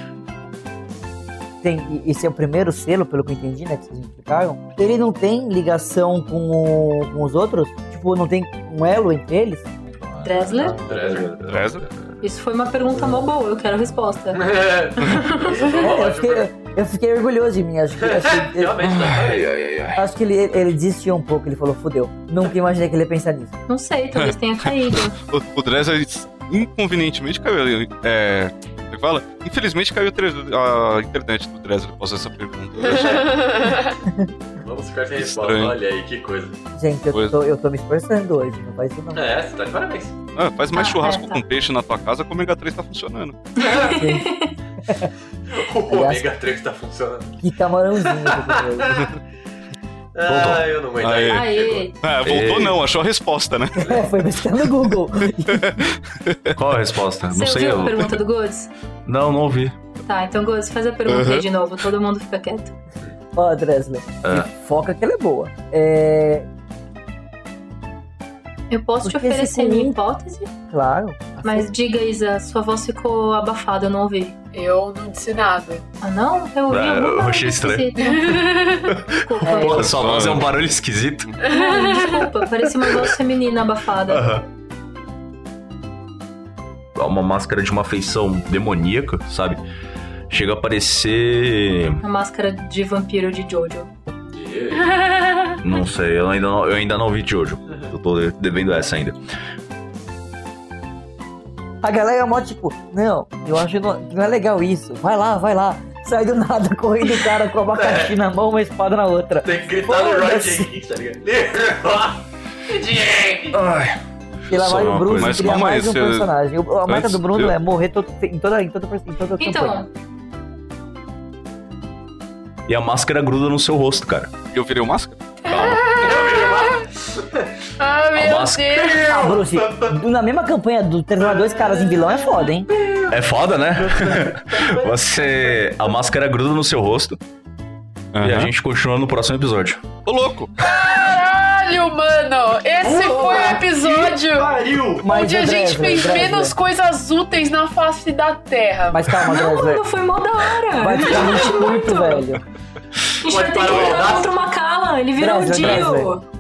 [SPEAKER 5] Tem, e- esse é o primeiro selo, pelo que eu entendi, né? Que vocês explicaram. Ele não tem ligação com, o- com os outros? Tipo, não tem um elo entre eles?
[SPEAKER 6] Dresler?
[SPEAKER 4] Dresler.
[SPEAKER 2] Dresler?
[SPEAKER 6] Isso foi uma pergunta mó boa, eu quero a resposta.
[SPEAKER 4] Isso foi uma
[SPEAKER 5] É, eu,
[SPEAKER 4] ótima
[SPEAKER 5] fiquei,
[SPEAKER 4] pergunta.
[SPEAKER 5] eu fiquei orgulhoso de mim. Acho que, acho que,
[SPEAKER 4] Realmente, tá.
[SPEAKER 5] acho que ele, ele desistiu um pouco. Ele falou, fudeu. Nunca imaginei que ele ia pensar nisso.
[SPEAKER 6] Não sei, talvez tenha caído.
[SPEAKER 2] O, o Dresler inconvenientemente caiu. É. Como é que fala? Infelizmente caiu a tre- a internet do Dresler após essa pergunta. Eu achei-
[SPEAKER 4] Vamos ficar sem resposta.
[SPEAKER 2] Estranho.
[SPEAKER 4] Olha aí, que coisa.
[SPEAKER 5] Gente, eu
[SPEAKER 2] Pois.
[SPEAKER 5] tô, eu tô me esforçando hoje. Não faz isso não.
[SPEAKER 4] É, você tá de parabéns.
[SPEAKER 2] Ah, faz mais
[SPEAKER 6] Ah,
[SPEAKER 2] churrasco
[SPEAKER 6] é, tá.
[SPEAKER 2] com peixe na tua casa que o ômega três tá funcionando.
[SPEAKER 4] O
[SPEAKER 5] Aliás-
[SPEAKER 4] ômega três tá funcionando.
[SPEAKER 5] Que camarãozinho que eu tô comendo.
[SPEAKER 4] Ah, eu não aguento.
[SPEAKER 2] Aê.
[SPEAKER 6] Aê,
[SPEAKER 2] Ah, voltou
[SPEAKER 1] Ei.
[SPEAKER 2] não, achou a resposta, né?
[SPEAKER 5] É, foi buscando no Google.
[SPEAKER 1] Qual a resposta?
[SPEAKER 6] você
[SPEAKER 1] Não sei.
[SPEAKER 6] ouviu
[SPEAKER 1] Eu...
[SPEAKER 6] a pergunta do Goods?
[SPEAKER 1] Não, não ouvi.
[SPEAKER 6] Tá, então Goods, faz a pergunta
[SPEAKER 2] Uhum.
[SPEAKER 6] aí de novo, todo mundo fica quieto.
[SPEAKER 5] Ó, Dresler,
[SPEAKER 1] Ah.
[SPEAKER 5] foca que ela é boa. É,
[SPEAKER 6] Eu posso te
[SPEAKER 5] Porque esse
[SPEAKER 6] oferecer minha
[SPEAKER 5] comigo-
[SPEAKER 6] hipótese?
[SPEAKER 5] claro.
[SPEAKER 6] Mas diga, Isa, sua voz ficou abafada, eu não ouvi.
[SPEAKER 3] Eu não disse nada.
[SPEAKER 6] Ah, não? Eu ouvi
[SPEAKER 1] Ah,
[SPEAKER 6] alguma
[SPEAKER 1] eu
[SPEAKER 6] coisa
[SPEAKER 1] achei estranho.
[SPEAKER 6] esquisita. Desculpa.
[SPEAKER 5] É,
[SPEAKER 1] Porra, sua voz é um barulho esquisito.
[SPEAKER 6] Não, desculpa, parecia uma voz feminina abafada.
[SPEAKER 1] Aham. Uma máscara de uma feição demoníaca, sabe? Chega a parecer.
[SPEAKER 6] A máscara de vampiro de Jojo.
[SPEAKER 1] Não sei, eu ainda não, eu ainda não vi Jojo. Eu tô devendo essa ainda.
[SPEAKER 5] A galera é mó tipo, não, eu acho que não, não é legal isso. Vai lá, vai lá. Sai do nada, correndo o cara com abacaxi na mão, uma espada na outra.
[SPEAKER 4] Tem que gritar no Roy
[SPEAKER 5] Foda-se.
[SPEAKER 4] Jenkins, tá ligado?
[SPEAKER 1] Ai.
[SPEAKER 5] E lá
[SPEAKER 1] Só
[SPEAKER 5] vai
[SPEAKER 1] uma
[SPEAKER 5] o Bruno
[SPEAKER 1] coisa.
[SPEAKER 2] Mas
[SPEAKER 5] criar
[SPEAKER 2] calma aí,
[SPEAKER 5] mais um
[SPEAKER 2] você-
[SPEAKER 5] personagem. O- A meta
[SPEAKER 2] Antes,
[SPEAKER 5] do Bruno
[SPEAKER 2] eu-
[SPEAKER 5] é morrer todo, em toda, em toda, em toda a campanha.
[SPEAKER 6] Então,
[SPEAKER 1] E a máscara gruda no seu rosto, cara.
[SPEAKER 2] Eu virei o máscara?
[SPEAKER 1] Calma.
[SPEAKER 3] Ah, meu
[SPEAKER 1] máscara-
[SPEAKER 3] Deus!
[SPEAKER 5] Ah, Bruce, na mesma campanha do transformar dois caras em vilão é foda, hein?
[SPEAKER 1] É foda, né? Você. A máscara gruda no seu rosto. E a
[SPEAKER 2] Aham.
[SPEAKER 1] gente continua no próximo episódio.
[SPEAKER 2] Ô, louco!
[SPEAKER 3] Caralho, mano! Esse foi o episódio
[SPEAKER 4] Pariu!
[SPEAKER 5] Mas
[SPEAKER 3] onde
[SPEAKER 5] é
[SPEAKER 3] a gente
[SPEAKER 5] Dresler,
[SPEAKER 3] fez
[SPEAKER 5] Dresler.
[SPEAKER 3] menos coisas úteis na face da Terra.
[SPEAKER 5] Mas calma,
[SPEAKER 6] não,
[SPEAKER 5] Dresler.
[SPEAKER 6] mano, foi mó da hora.
[SPEAKER 5] Vai ficar muito curto, velho.
[SPEAKER 6] A gente vai
[SPEAKER 4] Pode
[SPEAKER 6] ter que
[SPEAKER 4] parar o
[SPEAKER 6] lutar
[SPEAKER 4] Audacity?
[SPEAKER 6] contra o Macallan, ele virou um
[SPEAKER 5] Dresler,
[SPEAKER 6] Dio.
[SPEAKER 5] Dresler.